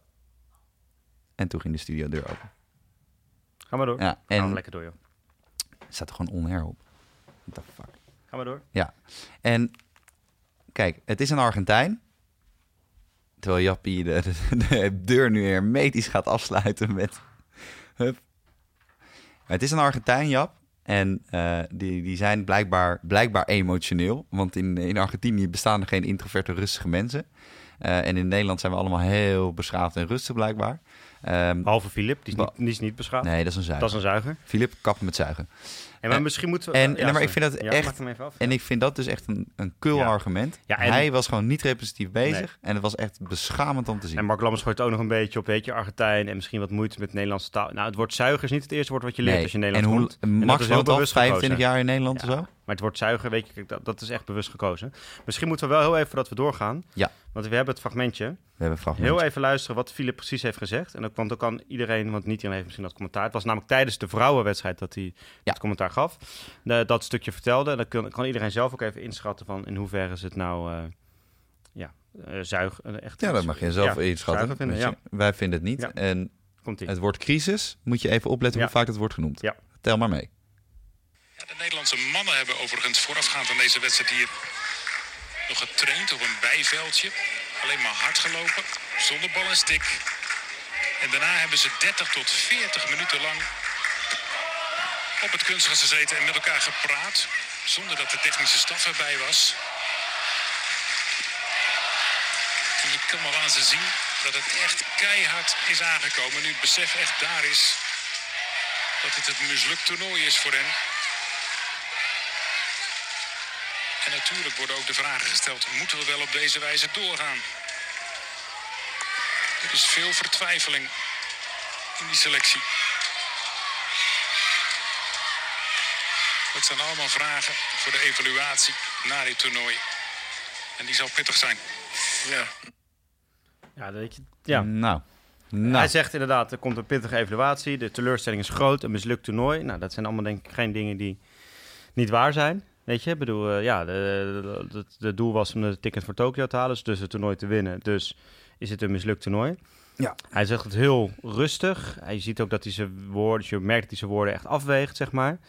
En toen ging de studio deur open. Ga maar door. Ja, en Ga maar lekker door, joh. Er staat er gewoon on-air op. What the fuck. Ga maar door. Ja. En kijk, het is een Argentijn. Terwijl Jappie de, de, de deur nu hermetisch gaat afsluiten met... Hup. Maar het is een Argentijn, Jap. En uh, die, die zijn blijkbaar, blijkbaar emotioneel. Want in, in Argentinië bestaan er geen introverte, rustige mensen. Uh, en in Nederland zijn we allemaal heel beschaafd en rustig blijkbaar. Um, Behalve Philip, die is, niet, die is niet beschaafd. Nee, dat is een zuiger. Dat is een zuiger. Philip, kappen met zuigen. En maar uh, misschien moeten we... En, ja, en maar ik vind dat ja, echt... Af, en ja. ik vind dat dus echt een, een kul ja. argument. Ja, en, hij was gewoon niet representatief bezig. Nee. En het was echt beschamend om te zien. En Mark Lammers gooit ook nog een beetje op, weet je, Argentijn... en misschien wat moeite met Nederlandse taal. Nou, het woord zuiger is niet het eerste woord wat je leert nee. als je Nederlands en hoe, komt. En Max woont al vijfentwintig jaar in Nederland ja. of zo. Maar het woord zuiger, weet je, dat, dat is echt bewust gekozen. Misschien moeten we wel heel even voordat we doorgaan. Ja. Want we hebben het fragmentje. We hebben een fragmentje. Heel even luisteren wat Philip precies heeft gezegd. En ook, want dan kan iedereen, want niet iedereen heeft misschien dat commentaar. Het was namelijk tijdens de vrouwenwedstrijd dat hij ja. het commentaar gaf. De, dat stukje vertelde. En dan kan, kan iedereen zelf ook even inschatten van in hoeverre is het nou uh, ja, uh, zuig. Uh, echt, ja, dat mag je zelf ja, inschatten. Vinden, ja. Wij vinden het niet. Ja. En het woord crisis, moet je even opletten ja. hoe vaak het wordt genoemd. Ja. Tel maar mee. Ja, de Nederlandse mannen hebben overigens voorafgaand aan deze wedstrijd hier nog getraind op een bijveldje. Alleen maar hard gelopen, zonder bal en stick. En daarna hebben ze dertig tot veertig minuten lang op het kunstgras gezeten en met elkaar gepraat. Zonder dat de technische staf erbij was. En je kan wel aan ze zien dat het echt keihard is aangekomen. Nu het besef echt daar is dat het een mislukt toernooi is voor hen. En natuurlijk worden ook de vragen gesteld, moeten we wel op deze wijze doorgaan? Er is veel vertwijfeling in die selectie. Dat zijn allemaal vragen voor de evaluatie na dit toernooi. En die zal pittig zijn. Ja. Ja, dat weet je. Ja. Nou. Nou. Hij zegt inderdaad, er komt een pittige evaluatie. De teleurstelling is groot, een mislukt toernooi. Nou, dat zijn allemaal denk ik geen dingen die niet waar zijn. Weet je, ik bedoel, uh, ja, het doel was om de ticket voor Tokio te halen, dus het toernooi te winnen. Dus is het een mislukt toernooi. Ja. Hij zegt het heel rustig. Hij ziet ook dat hij zijn woorden, dus je merkt dat hij zijn woorden echt afweegt, zeg maar.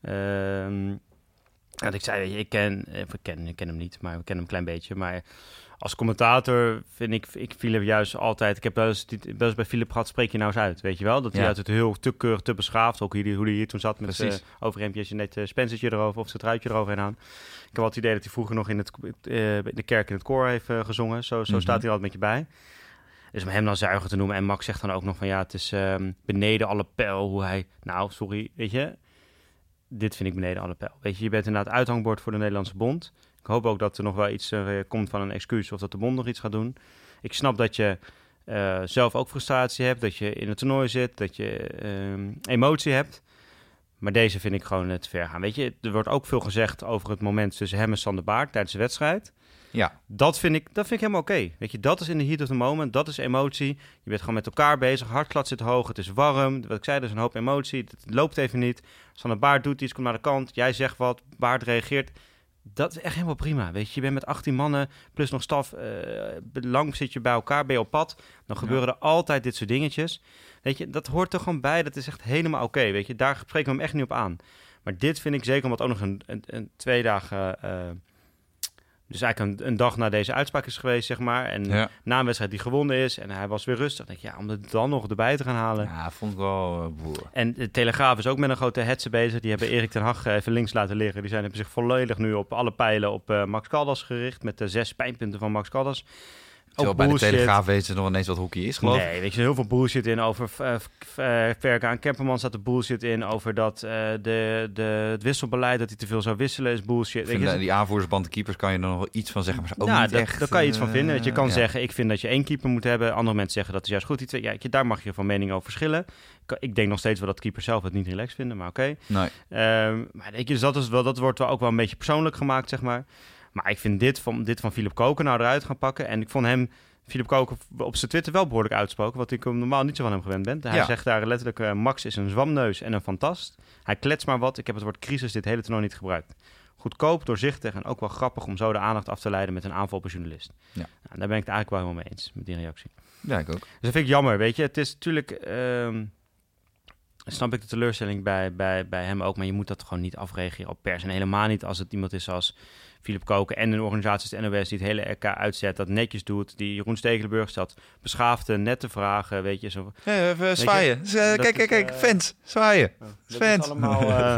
Uh, en ik zei, weet je, ik ken, ik ken, ik ken hem niet, maar ik ken hem een klein beetje. Maar als commentator vind ik, ik Philip juist altijd... Ik heb wel eens, wel eens bij Philip gehad, spreek je nou eens uit, weet je wel? Dat hij ja. uit het heel te keurig, te beschaafd, ook hier, hoe hij hier toen zat met zijn uh, overhemdje, net uh, spencertje erover of zijn truitje eroverheen aan. Ik heb wel het idee dat hij vroeger nog in, het, uh, in de kerk in het koor heeft uh, gezongen. Zo, zo mm-hmm. staat hij altijd met je bij. Dus om hem dan zuiger te noemen. En Max zegt dan ook nog van ja, het is um, beneden alle pijl hoe hij... Nou, sorry, weet je... Dit vind ik beneden alle pijl. Weet je, je bent inderdaad uithangbord voor de Nederlandse bond. Ik hoop ook dat er nog wel iets uh, komt van een excuus of dat de bond nog iets gaat doen. Ik snap dat je uh, zelf ook frustratie hebt, dat je in het toernooi zit, dat je uh, emotie hebt. Maar deze vind ik gewoon uh, te ver gaan. Weet je, er wordt ook veel gezegd over het moment tussen hem en Sander Baart tijdens de wedstrijd. Ja. Dat vind ik, dat vind ik helemaal oké. Okay. Weet je, dat is in de heat of the moment, dat is emotie. Je bent gewoon met elkaar bezig, hartklad zit hoog, het is warm. Wat ik zei, er is een hoop emotie, het loopt even niet. Sander Baart doet iets, komt naar de kant, jij zegt wat, Baart reageert. Dat is echt helemaal prima, weet je. Je bent met achttien mannen, plus nog staf, uh, lang zit je bij elkaar, ben je op pad. Dan gebeuren ja. er altijd dit soort dingetjes. Weet je, dat hoort er gewoon bij, dat is echt helemaal oké, okay, weet je. Daar spreken we hem echt niet op aan. Maar dit vind ik zeker, omdat ook nog een, een, een twee dagen... Uh, Dus eigenlijk een, een dag na deze uitspraak is geweest, zeg maar. En ja. na een wedstrijd die gewonnen is en hij was weer rustig. Dan denk ik, ja, om het dan nog erbij te gaan halen. Ja, vond ik wel... Uh, en de Telegraaf is ook met een grote hetze bezig. Die hebben Erik ten Hag even links laten liggen. Die zijn, hebben zich volledig nu op alle pijlen op uh, Max Caldas gericht. Met de zes pijnpunten van Max Caldas. Terwijl bij de Telegraaf weten ze nog ineens wat hockey is, geloof ik. Nee, weet je, heel veel bullshit in over uh, uh, Verka Kemperman staat er bullshit in over dat uh, de, de, het wisselbeleid, dat hij te veel zou wisselen, is bullshit. Ik vind weet je, die aanvoerdersband, de keepers, kan je er nog wel iets van zeggen, maar ook nou, niet dat, echt. Daar kan je iets van vinden. Dat je kan uh, zeggen, ik vind dat je één keeper moet hebben. Andere mensen zeggen dat is juist goed. Die twee, ja, daar mag je van mening over verschillen. Ik denk nog steeds wel dat keepers zelf het niet relaxed vinden, maar oké. Okay. Nee. Um, maar weet je, dus dat, is wel, dat wordt wel ook wel een beetje persoonlijk gemaakt, zeg maar. Maar ik vind dit van, dit van Philip Koken nou eruit gaan pakken. En ik vond hem... Philip Koken op zijn Twitter wel behoorlijk uitsproken, wat ik normaal niet zo van hem gewend ben. Hij ja. zegt daar letterlijk, uh, Max is een zwamneus en een fantast. Hij klets maar wat. Ik heb het woord crisis dit hele toernooi niet gebruikt. Goedkoop, doorzichtig en ook wel grappig om zo de aandacht af te leiden met een aanval op een journalist. Ja. Nou, daar ben ik het eigenlijk wel helemaal mee eens, met die reactie. Ja, ik ook. Dus dat vind ik jammer, weet je. Het is natuurlijk... Uh, snap ik de teleurstelling bij, bij, bij hem ook, maar je moet dat gewoon niet afreageren op pers. En helemaal niet als het iemand is als Philip Koken en een organisatie als de N O S die het hele R K uitzet, dat netjes doet, die Jeroen Stekelenburg stelt, beschaafde, nette vragen, weet je. Zo, ja, even zwaaien. Je, uh, kijk, kijk, kijk, uh, fans, zwaaien. Uh, dat fans. Is allemaal, uh,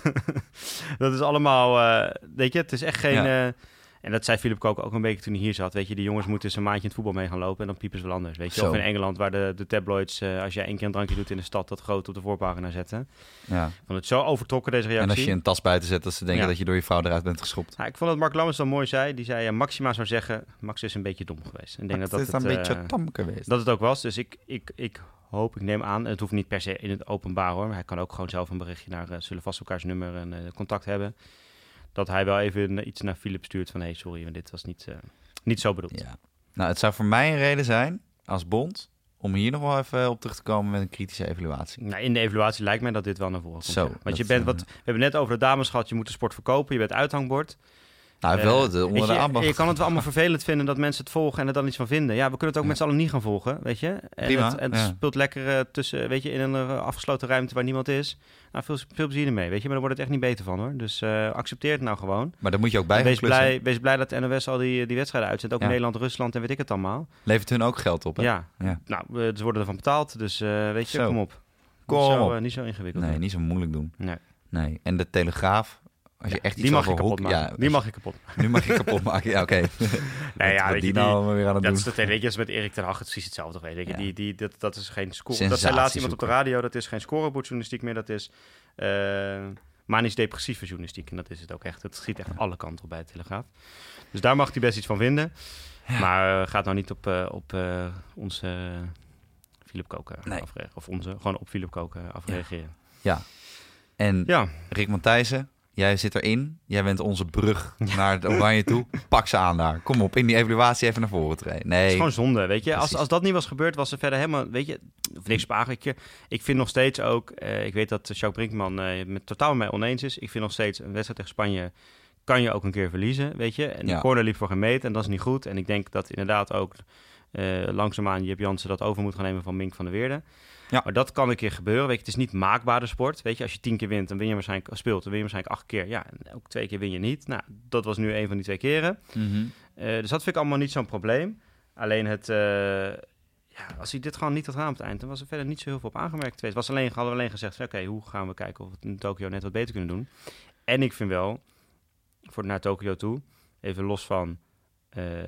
dat is allemaal, uh, weet je, het is echt geen... Ja. Uh, En dat zei Philip Koken ook een beetje toen hij hier zat. Weet je, die jongens moeten eens een maandje in het voetbal mee gaan lopen en dan piepen ze wel anders. Weet je, Zo. Of in Engeland waar de, de tabloids, uh, als jij één keer een drankje doet in de stad, dat groot op de voorpagina zetten. Ja. Ik vond het zo overtrokken, deze reactie. En als je een tas buiten zet, dat ze denken ja. dat je door je vrouw eruit bent geschopt. Ja, ik vond dat Mark Lammers dan mooi zei. Die zei, ja, Maxima zou zeggen, Max is een beetje dom geweest. En ik denk dat dat is het, een uh, beetje dom geweest. Dat het ook was. Dus ik, ik, ik hoop, ik neem aan, het hoeft niet per se in het openbaar hoor. Hij kan ook gewoon zelf een berichtje naar, uh, zullen vast elkaars nummer en uh, contact hebben. Dat hij wel even iets naar Philip stuurt van... hé, hey, sorry, dit was niet, uh, niet zo bedoeld. Ja. Nou, het zou voor mij een reden zijn, als bond... om hier nog wel even op terug te komen met een kritische evaluatie. Nou, in de evaluatie lijkt mij dat dit wel naar voren komt. Zo, ja. Want je bent, wat, we hebben net over de dames gehad... je moet de sport verkopen, je bent uithangbord... Nou, uh, wel de, onder de aanbod. Je kan het wel allemaal vervelend vinden dat mensen het volgen en er dan iets van vinden. Ja, we kunnen het ook ja. met z'n allen niet gaan volgen, weet je. En Prima, het, en het ja. speelt lekker uh, tussen, weet je, in een uh, afgesloten ruimte waar niemand is. Nou, veel, veel plezier ermee, weet je. Maar daar wordt het echt niet beter van, hoor. Dus uh, accepteer het nou gewoon. Maar daar moet je ook bij wees blij, wees blij dat de N O S al die, die wedstrijden uitzendt. Ook ja. in Nederland, Rusland en weet ik het allemaal. Levert hun ook geld op, hè? Ja. ja. Nou, uh, ze worden ervan betaald. Dus uh, weet je, zo. kom op. Kom niet zo, op. uh, niet zo ingewikkeld. Nee, doen. niet zo moeilijk doen. Nee. Nee. En de Telegraaf... Als je ja, echt iets die mag je kapot hoek, maken. Ja, die mag je kapot maken. Nu mag je kapot maken, ja, oké. Okay. Nee, ja, wat weet die je, nou die, weer aan het dat doen. Is het, weet je, als met Erik ten Hag, het is precies hetzelfde. Weet je. Ja. Die, die, dat, dat is geen score. Dat zei laatst iemand op de radio, dat is geen scorebordjournalistiek meer. Dat is uh, manisch-depressieve journalistiek. En dat is het ook echt. Het schiet echt ja. alle kanten op bij de Telegraaf. Dus daar mag hij best iets van vinden. Ja. Maar uh, gaat nou niet op, uh, op uh, onze uh, Philip Koken nee. afreageren. Of onze, gewoon op Philip Koken afreageren. Ja. ja. En ja. Rick Matthijssen... jij zit erin. Jij bent onze brug naar het Oranje toe. Pak ze aan daar. Kom op, in die evaluatie even naar voren treden. Nee. Het is gewoon zonde, weet je. Als, als dat niet was gebeurd, was er verder helemaal... Weet je, niks op eigenlijk. Ik vind nog steeds ook... Uh, ik weet dat Sjoerd Brinkman uh, met totaal met mij oneens is. Ik vind nog steeds een wedstrijd tegen Spanje... kan je ook een keer verliezen, weet je. En de ja. corner liep voor geen meter en dat is niet goed. En ik denk dat inderdaad ook uh, langzaamaan Jip Jansen dat over moet gaan nemen van Mink van der Weerde. Ja. Maar dat kan een keer gebeuren, weet je. Het is niet maakbare sport, weet je. Als je tien keer wint, dan win je waarschijnlijk... speelt, dan win je waarschijnlijk acht keer. Ja, en ook twee keer win je niet. Nou, dat was nu een van die twee keren. Mm-hmm. Uh, dus dat vind ik allemaal niet zo'n probleem. Alleen het... Uh, ja, als hij dit gewoon niet had gedaan op het eind... dan was er verder niet zo heel veel op aangemerkt geweest. Was alleen, hadden we alleen gezegd... oké, okay, hoe gaan we kijken of we het in Tokio net wat beter kunnen doen. En ik vind wel... voor naar Tokio toe. Even los van uh, uh,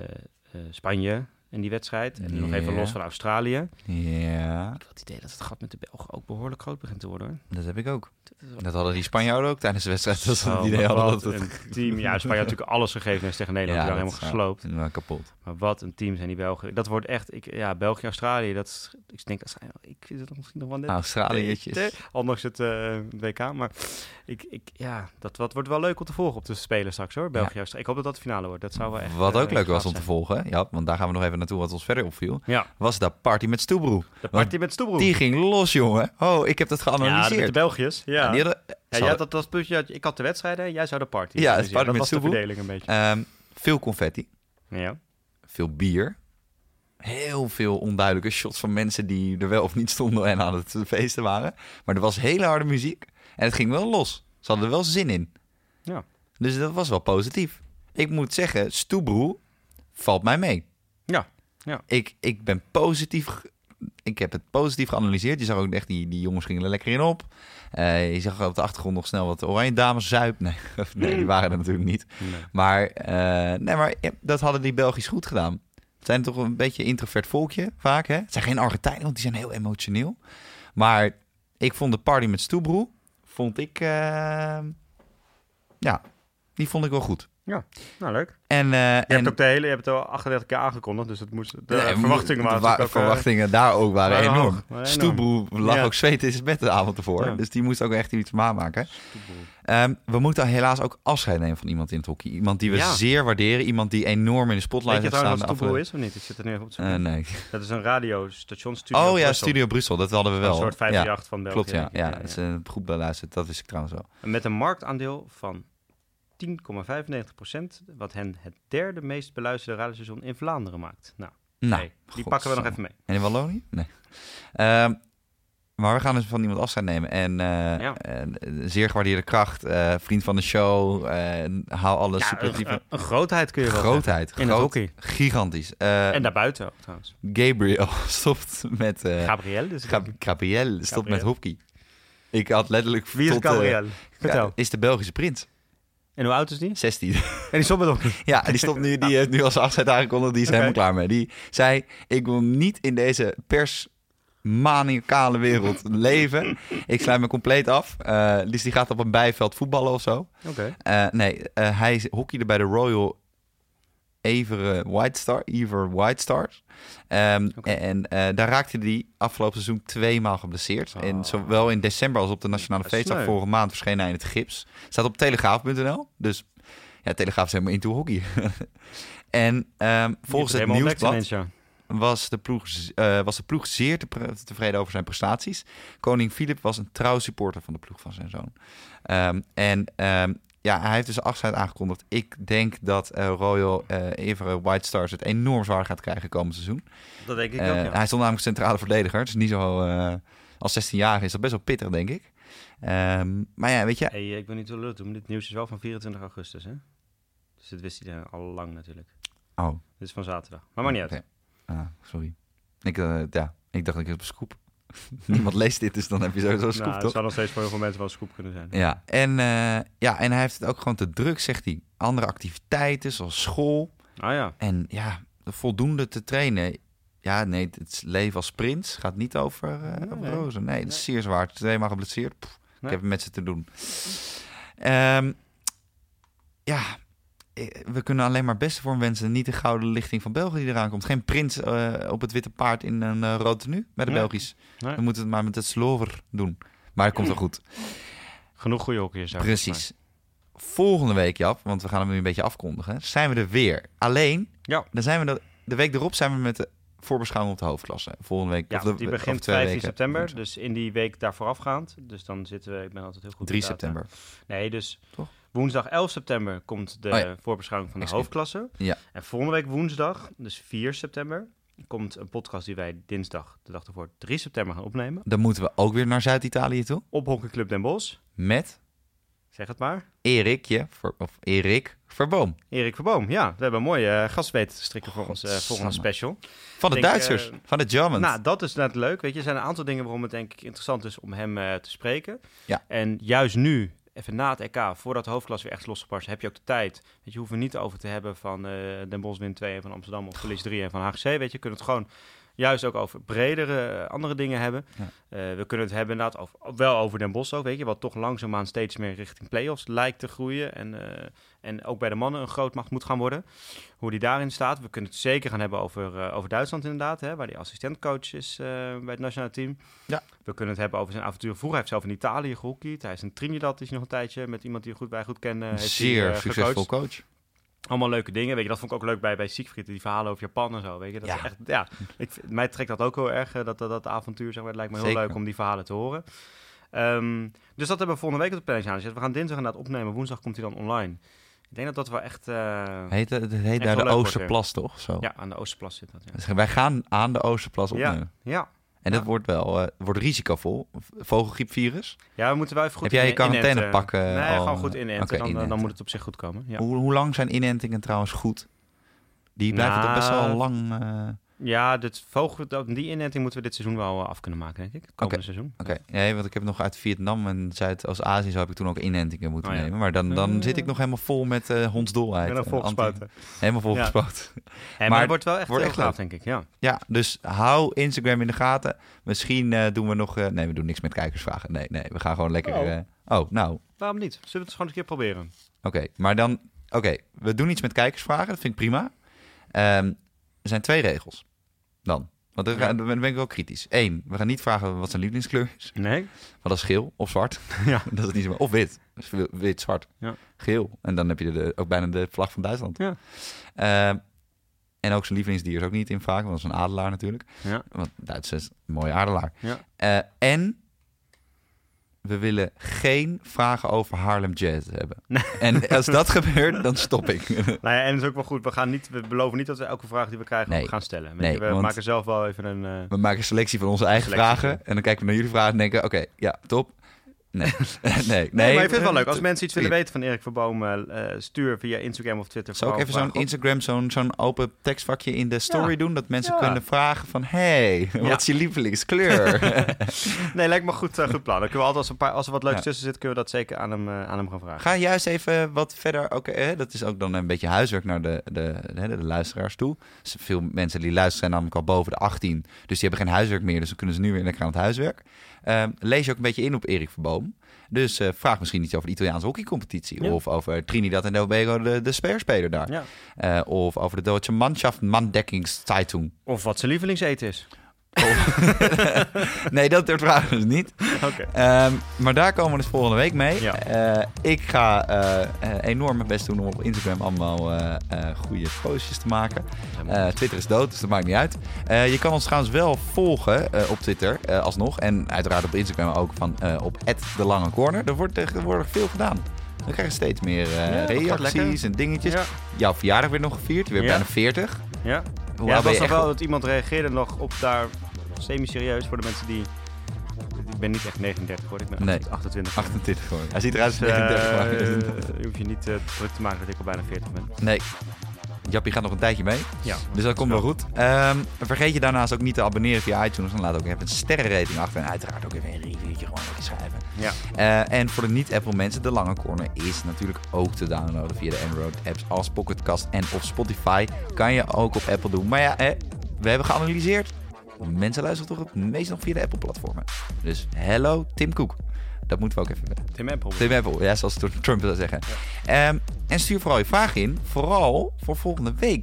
Spanje in die wedstrijd. En yeah. nog even los van Australië. Ja. Ik heb het idee dat het gat met de Belgen ook behoorlijk groot begint te worden. Hoor. Dat heb ik ook. Dat, dat hadden die Spanjaarden ook tijdens de wedstrijd. Dat ze het idee hadden dat het... een team. Ja, Spanje had natuurlijk alles gegeven is tegen Nederland. Ja, die helemaal gesloopt. Ja, kapot. Maar wat een team zijn die Belgen. Dat wordt echt... Ik, ja, België, Australië. Dat is, ik denk, ik vind het misschien nog wel net... Australiëtjes. Ondanks het uh, W K. Maar ik, ik, ja, dat wat wordt wel leuk om te volgen op de spelen straks hoor. België, ja. Australië. Ik hoop dat dat de finale wordt. Dat zou wel echt... Wat uh, ook leuk was om zijn. te volgen. Ja, want daar gaan we nog even naartoe wat ons verder opviel. Ja. Was dat Party met Stoebroe. De Party met Stoebroe. Die ging los, jongen. Oh, ik heb dat geanalyseerd. Ja, met de Belgiërs. Ja. Ja, die hadden, ja, ja dat was puntje. Ik had de wedstrijden, jij zou de party. Ja, het party dat met was Stoebroe. de verdeling een beetje. Um, veel confetti. Ja. Veel bier. Heel veel onduidelijke shots van mensen die er wel of niet stonden en aan het feesten waren. Maar er was hele harde muziek en het ging wel los. Ze hadden er wel zin in. Ja. Dus dat was wel positief. Ik moet zeggen, Stoebroe valt mij mee. Ja. ja. Ik, ik ben positief... Ik heb het positief geanalyseerd. Je zag ook echt, die, die jongens gingen er lekker in op. Uh, je zag op de achtergrond nog snel wat oranje dames zuipen. Nee, nee, die waren er natuurlijk niet. Nee. Maar, uh, nee, maar ja, dat hadden die Belgisch goed gedaan. Het zijn toch een beetje introvert volkje, vaak. Hè? Het zijn geen Argentijnen, want die zijn heel emotioneel. Maar ik vond de party met Stoebroe, vond ik... Uh, ja, die vond ik wel goed. Ja, nou leuk. En, uh, je, en... hebt ook de hele, je hebt het al achtendertig keer aangekondigd, dus het moest, de nee, verwachtingen waren de wa- ook... verwachtingen uh, daar ook waren, waren enorm. enorm. Stoebroe lag ja. ook zweten in zijn bed de avond ervoor, ja. dus die moest ook echt iets maken. Um, we moeten helaas ook afscheid nemen van iemand in het hockey. Iemand die we ja. zeer waarderen, iemand die enorm in de spotlight heeft staan. Weet je trouwens wat Stoebroe is of niet? Ik zit er nu even op te uh, nee. Dat is een radiostation, Studio Oh ja, Brussel. Studio Brussel, dat hadden we wel. Een soort vijfhonderdachtig ja. van België. Klopt, ja. ja, ja, ja. Het is een goed beluisterd, dat wist ik trouwens wel. Met een marktaandeel van tien komma vijfennegentig procent, wat hen het derde meest beluisterde radiostation in Vlaanderen maakt. Nou, nou nee, die pakken we nog even mee. En in Wallonië? Nee. Um, maar we gaan dus van iemand afscheid nemen. En uh, ja. uh, zeer gewaardeerde kracht, uh, vriend van de show, uh, haal alles ja, superlatieve... Een, een grootheid kun je wel Grootheid. zeggen. In groot, het hockey. Gigantisch. Uh, en daarbuiten ook trouwens. Gabriel stopt met... Uh, Gabriel? Dus Gab- Gabriel stopt Gabriel. met hockey. Ik had letterlijk... Wie is tot, Gabriel? Uh, Vertel. Ja, is de Belgische prins. En hoe oud is die? zestien. En die stopt met hockey? Ja, die stopt nu, die heeft nu als afscheid aangekondigd. Die is okay. helemaal klaar mee. Die zei, ik wil niet in deze persmaniacale wereld leven. Ik sluit me compleet af. Uh, dus die gaat op een bijveld voetballen of zo. Okay. Uh, nee, uh, hij hockeyde bij de Royal Ever White Star, Ever White Stars. Um, okay. En uh, daar raakte hij afgelopen seizoen tweemaal geblesseerd. Oh. En zowel in december als op de Nationale Feestdag vorige maand verscheen hij in het gips. Staat op telegraaf punt n l. Dus ja, Telegraaf is helemaal into hockey. en um, volgens het nieuwsblad ja. was, de ploeg, uh, was de ploeg zeer te pre- tevreden over zijn prestaties. Koning Filip was een trouw supporter van de ploeg van zijn zoon. Um, en... Um, Ja, hij heeft dus afscheid aangekondigd. Ik denk dat uh, Royal uh, Ever White Stars het enorm zwaar gaat krijgen komend seizoen. Dat denk ik uh, ook, ja. Hij stond namelijk centrale verdediger. Dus niet zo... Uh, als zestienjarige is dat best wel pittig, denk ik. Um, maar ja, weet je... Hey, ik wil niet te lullen doen. Dit nieuws is wel van vierentwintig augustus, hè? Dus dit wist hij al lang natuurlijk. Oh. Dit is van zaterdag. Maar maar niet okay. uit. Ah, sorry. Ik, uh, ja, ik dacht dat ik het op scoop. Niemand leest dit, dus dan heb je sowieso een scoop, nou, toch? Het zou nog steeds voor heel veel mensen wel een scoop kunnen zijn. Ja, en, uh, ja, en hij heeft het ook gewoon te druk, zegt hij. Andere activiteiten, zoals school. Ah ja. En ja, voldoende te trainen. Ja, nee, het leven als prins gaat niet over, uh, nee, over rozen. Nee, nee, het is zeer zwaar. Tweemaal geblesseerd. Pff, nee. Ik heb het met ze te doen. Um, ja... We kunnen alleen maar het beste voor hem wensen. Niet de gouden lichting van België die eraan komt. Geen prins uh, op het witte paard in een uh, rood tenue met de nee. Belgisch. Nee. We moeten het maar met het slover doen. Maar het komt wel goed. Genoeg goede hockeyers. Precies. volgende week, Jap, want we gaan hem nu een beetje afkondigen, zijn we er weer. Alleen, ja. dan zijn we de, de week erop zijn we met de voorbeschouwing op de hoofdklasse. Volgende week. Ja, of de, die begint vijftien september, dus in die week daar voorafgaand. Dus dan zitten we, ik ben altijd heel goed. drie september. Nee, dus Toch? woensdag elf september komt de oh ja. voorbeschouwing van de Excuse. hoofdklasse. Ja. En volgende week woensdag, dus vier september, komt een podcast die wij dinsdag, de dag ervoor, drie september gaan opnemen. Dan moeten we ook weer naar Zuid-Italië toe. Op Hockeyclub Den Bosch. Met? Zeg het maar. Erikje, of Erik Verboom. Erik Verboom, ja. We hebben een mooie uh, gast weten te strikken voor ons uh, volgende special. Van de denk, Duitsers, uh, van de Germans. Nou, dat is net leuk. Weet je, er zijn een aantal dingen waarom het denk ik interessant is om hem uh, te spreken. Ja. En juist nu, even na het E K, voordat de hoofdklasse weer echt losgepast, heb je ook de tijd. Weet je, je hoeft er niet over te hebben van uh, Den Bosch wint twee en van Amsterdam of verlies drie en van H G C. Weet je, je kunt het gewoon juist ook over bredere uh, andere dingen hebben. Ja. Uh, we kunnen het hebben inderdaad over, wel over Den Bosch ook, weet je, wat toch langzaamaan steeds meer richting play-offs lijkt te groeien. En, uh, en ook bij de mannen een grootmacht moet gaan worden. Hoe die daarin staat. We kunnen het zeker gaan hebben over, uh, over Duitsland inderdaad, hè, waar die assistentcoach is uh, bij het nationale team. Ja. We kunnen het hebben over zijn avontuur. Vroeger heeft hij zelf in Italië gehockeyd. Hij is in Trinidad, is nog een tijdje met iemand die goed, wij goed kennen. Een zeer hij, uh, succesvol coach. Allemaal leuke dingen, weet je, dat vond ik ook leuk bij, bij Siegfried, die verhalen over Japan en zo, weet je. Dat ja. Is echt, ja, ik, mij trekt dat ook heel erg, dat, dat, dat avontuur, zeg maar. Het lijkt me heel Zeker. leuk om die verhalen te horen. Um, dus dat hebben we volgende week op de planning aangezet. We gaan dinsdag inderdaad opnemen, woensdag komt hij dan online. Ik denk dat dat wel echt... Uh, heet het heet daar de Oosterplas, toch? Zo. Ja, aan de Oosterplas zit dat, ja. Dus wij gaan aan de Oosterplas opnemen. Ja, ja. En dat ja. wordt wel uh, wordt risicovol. Vogelgriepvirus. Ja, we moeten wel even goed Heb jij je quarantaine inenten. pakken? Nee, al... gewoon goed inenten. Okay, dan, inenten. Dan moet het op zich goed komen. Ja. Hoe, hoe lang zijn inentingen trouwens goed? Die blijven nou, toch best wel lang... Uh... Ja, dit vogel, die inenting moeten we dit seizoen wel af kunnen maken, denk ik. Het komende okay. seizoen. Oké, okay. nee, want ik heb nog uit Vietnam en Zuidoost-Azië zo heb ik toen ook inentingen moeten oh, ja. nemen. Maar dan, dan uh, zit ik nog helemaal vol met uh, hondsdolheid. Helemaal volgespoten. Helemaal volgespoten. Ja. Hey, maar het wordt wel echt wordt heel gaaf, denk ik. Ja. ja, dus hou Instagram in de gaten. Misschien uh, doen we nog... Uh, nee, we doen niks met kijkersvragen. Nee, nee, we gaan gewoon lekker... Oh, uh, oh nou. Waarom niet? Zullen we het gewoon een keer proberen? Oké, okay, maar dan... Oké, okay, we doen iets met kijkersvragen. Dat vind ik prima. Um, er zijn twee regels. Dan. Want dan, ja. dan ben ik wel kritisch. Eén, we gaan niet vragen wat zijn lievelingskleur is. Nee. Want dat is geel of zwart. Ja. Dat is niet zo. Of wit. Dus wit, zwart, ja. geel. En dan heb je de, ook bijna de vlag van Duitsland. Ja. Uh, en ook zijn lievelingsdier is ook niet in vaak. Want dat is een adelaar natuurlijk. Ja. Want Duits is een mooie adelaar. Ja. Uh, en we willen geen vragen over Harlem Jazz hebben. Nee. En als dat gebeurt, dan stop ik. Nou ja, en het is ook wel goed. We, gaan niet, we beloven niet dat we elke vraag die we krijgen nee. gaan stellen. Nee, we maken zelf wel even een... Uh... We maken een selectie van onze eigen selectie, vragen. Ja. En dan kijken we naar jullie vragen en denken... Oké, okay, ja, top. Nee. nee, nee. nee, maar ik vind het wel leuk. Als mensen iets willen weten van Erik Verboom, uh, stuur via Instagram of Twitter. Zou ik even zo'n Instagram, zo'n, zo'n open tekstvakje in de story ja. doen? Dat mensen ja. kunnen vragen van... Hey, ja. wat is je lievelingskleur? Nee, lijkt me goed, uh, goed plan. Dan kunnen we altijd, als, een paar, als er wat leuks ja. tussen zit, kunnen we dat zeker aan hem, uh, aan hem gaan vragen. Ga juist even wat verder... Oké, okay, dat is ook dan een beetje huiswerk naar de, de, de, de, de luisteraars toe. Dus veel mensen die luisteren zijn namelijk al boven de achttien. Dus die hebben geen huiswerk meer. Dus dan kunnen ze nu weer lekker aan het huiswerk. Uh, lees je ook een beetje in op Erik Verboom. Dus uh, vraag misschien iets over de Italiaanse hockeycompetitie. Ja. Of over Trinidad en Tobago, de, de speerspeler daar. Ja. Uh, of over de Deutsche Mannschaft Mandeckingszeitung. Of wat zijn lievelingseten is. Oh. Nee, dat ter vragen dus niet. Okay. Um, maar daar komen we dus volgende week mee. Ja. Uh, ik ga uh, uh, enorm mijn best doen om op Instagram allemaal uh, uh, goede postjes te maken. Uh, Twitter is dood, dus dat maakt niet uit. Uh, je kan ons trouwens wel volgen uh, op Twitter uh, alsnog. En uiteraard op Instagram ook van uh, op at de lange corner. Er wordt tegenwoordig veel gedaan. We krijgen steeds meer uh, ja, reacties en dingetjes. Ja. Jouw verjaardag werd nog gevierd. Je werd ja. bijna veertig. Ja. Hoe ja, het was nog wel op... dat iemand reageerde nog op daar semi-serieus voor de mensen die... Ik ben niet echt negenendertig geworden, ik ben nee. achtentwintig. achtentwintig geworden. Hij ziet eruit als negenendertig. Uh, uh, hoef je niet uh, druk te maken dat ik al bijna veertig ben. Nee. Jappie gaat nog een tijdje mee. Ja. Dus dat komt wel goed. Um, vergeet je daarnaast ook niet te abonneren via iTunes. Dan laat ook even een sterrenrating achter. En uiteraard ook even een reviewtje gewoon lekker schrijven. Ja. Uh, en voor de niet-Apple mensen, de Lange Corner is natuurlijk ook te downloaden via de Android-apps als Pocketcast en of Spotify. Kan je ook op Apple doen. Maar ja, eh, we hebben geanalyseerd. Mensen luisteren toch het meest nog via de Apple-platformen. Dus hello Tim Cook. Dat moeten we ook even weten. Tim Apple. Tim Apple, ja, zoals Trump zou zeggen. Ja. Um, en stuur vooral je vragen in. Vooral voor volgende week.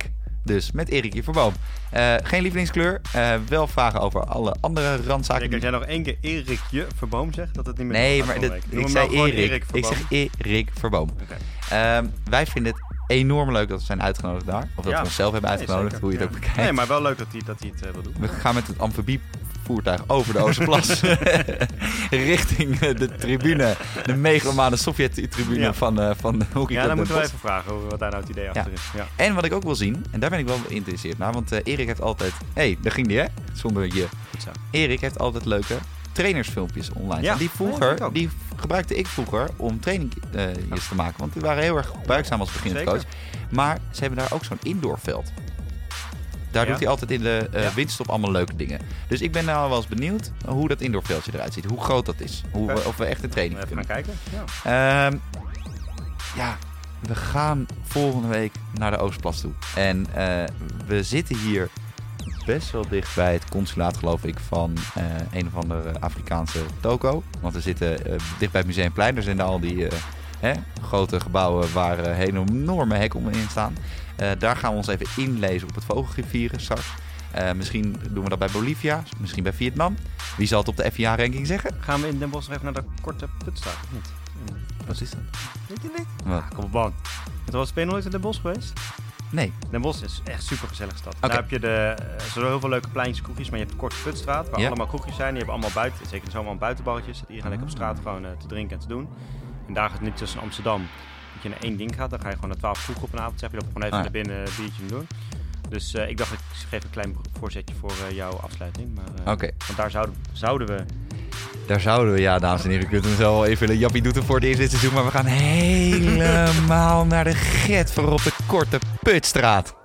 dus met Erikje Verboom. Uh, geen lievelingskleur, uh, wel vragen over alle andere randzaken. Kijk, als jij nog één keer Erikje Verboom zegt, dat het niet meer... Nee, maar dat, ik zei nou Erik. Erik ik zeg Erik Verboom. Okay. Uh, wij vinden het enorm leuk dat we zijn uitgenodigd daar. Of dat ja. we onszelf hebben uitgenodigd, nee, hoe je het ja. ook bekijkt. Nee, maar wel leuk dat hij, dat hij het uh, wil doen. We gaan met het amfibie voertuig over de Oosterplas richting de tribune, de megalomane Sovjet-tribune ja. van, uh, van Hockey. Ja, dan moeten we even vragen over wat daar nou het idee achter ja. is. Ja. En wat ik ook wil zien, en daar ben ik wel geïnteresseerd naar, want uh, Erik heeft altijd... Hé, hey, daar ging die hè? Zonder je. Goed zo. Erik heeft altijd leuke trainersfilmpjes online. Ja. Die, vroeger, ja, die gebruikte ik vroeger om trainingjes uh, ja. te maken, want die waren heel erg werkzaam als beginnend coach. Maar ze hebben daar ook zo'n indoorveld. Daar ja. doet hij altijd in de uh, ja. windstop allemaal leuke dingen. Dus ik ben nou wel eens benieuwd hoe dat indoorveldje eruit ziet. Hoe groot dat is. Hoe we, of we echt een training Even kunnen. Even gaan kijken. Ja. Um, ja, we gaan volgende week naar de Oostplas toe. En uh, we zitten hier best wel dicht bij het consulaat, geloof ik, van uh, een of andere Afrikaanse toko. Want we zitten uh, dicht bij het Museumplein. Er zijn daar al die uh, hè, grote gebouwen waar uh, hele enorme hekken omheen staan. Uh, daar gaan we ons even inlezen op het vogelgrivieren straks. Uh, misschien doen we dat bij Bolivia, misschien bij Vietnam. Wie zal het op de F I A-ranking zeggen? Gaan we in Den Bosch nog even naar de korte putstraat, of niet? Wat is dat? Weet je niet? Ah, kom op, man. Het was ben je nooit in Den Bosch geweest? Nee. Den Bosch is echt super gezellige stad. Okay. Daar heb je de, zo heel veel leuke pleintjes, kroegjes, maar je hebt de korte putstraat, waar ja. allemaal kroegjes zijn. Die hebben allemaal buiten, zeker in de zomer, buitenballetjes. Dat iedereen lekker op straat gewoon uh, te drinken en te doen. En daar gaat het niet tussen Amsterdam. Dat je naar één ding gaat, dan ga je gewoon naar twaalf kroegen op een avond. Zeg je dat gewoon even ah. naar binnen een biertje doen. Dus uh, ik dacht, ik geef een klein voorzetje voor uh, jouw afsluiting. Maar, uh, okay. Want daar zouden, zouden we... Daar zouden we, ja, dames en heren. Je kunt hem zo even... Jappie doet het voor het eerst dit seizoen. Maar we gaan helemaal naar de Get voor op de Korte Putstraat.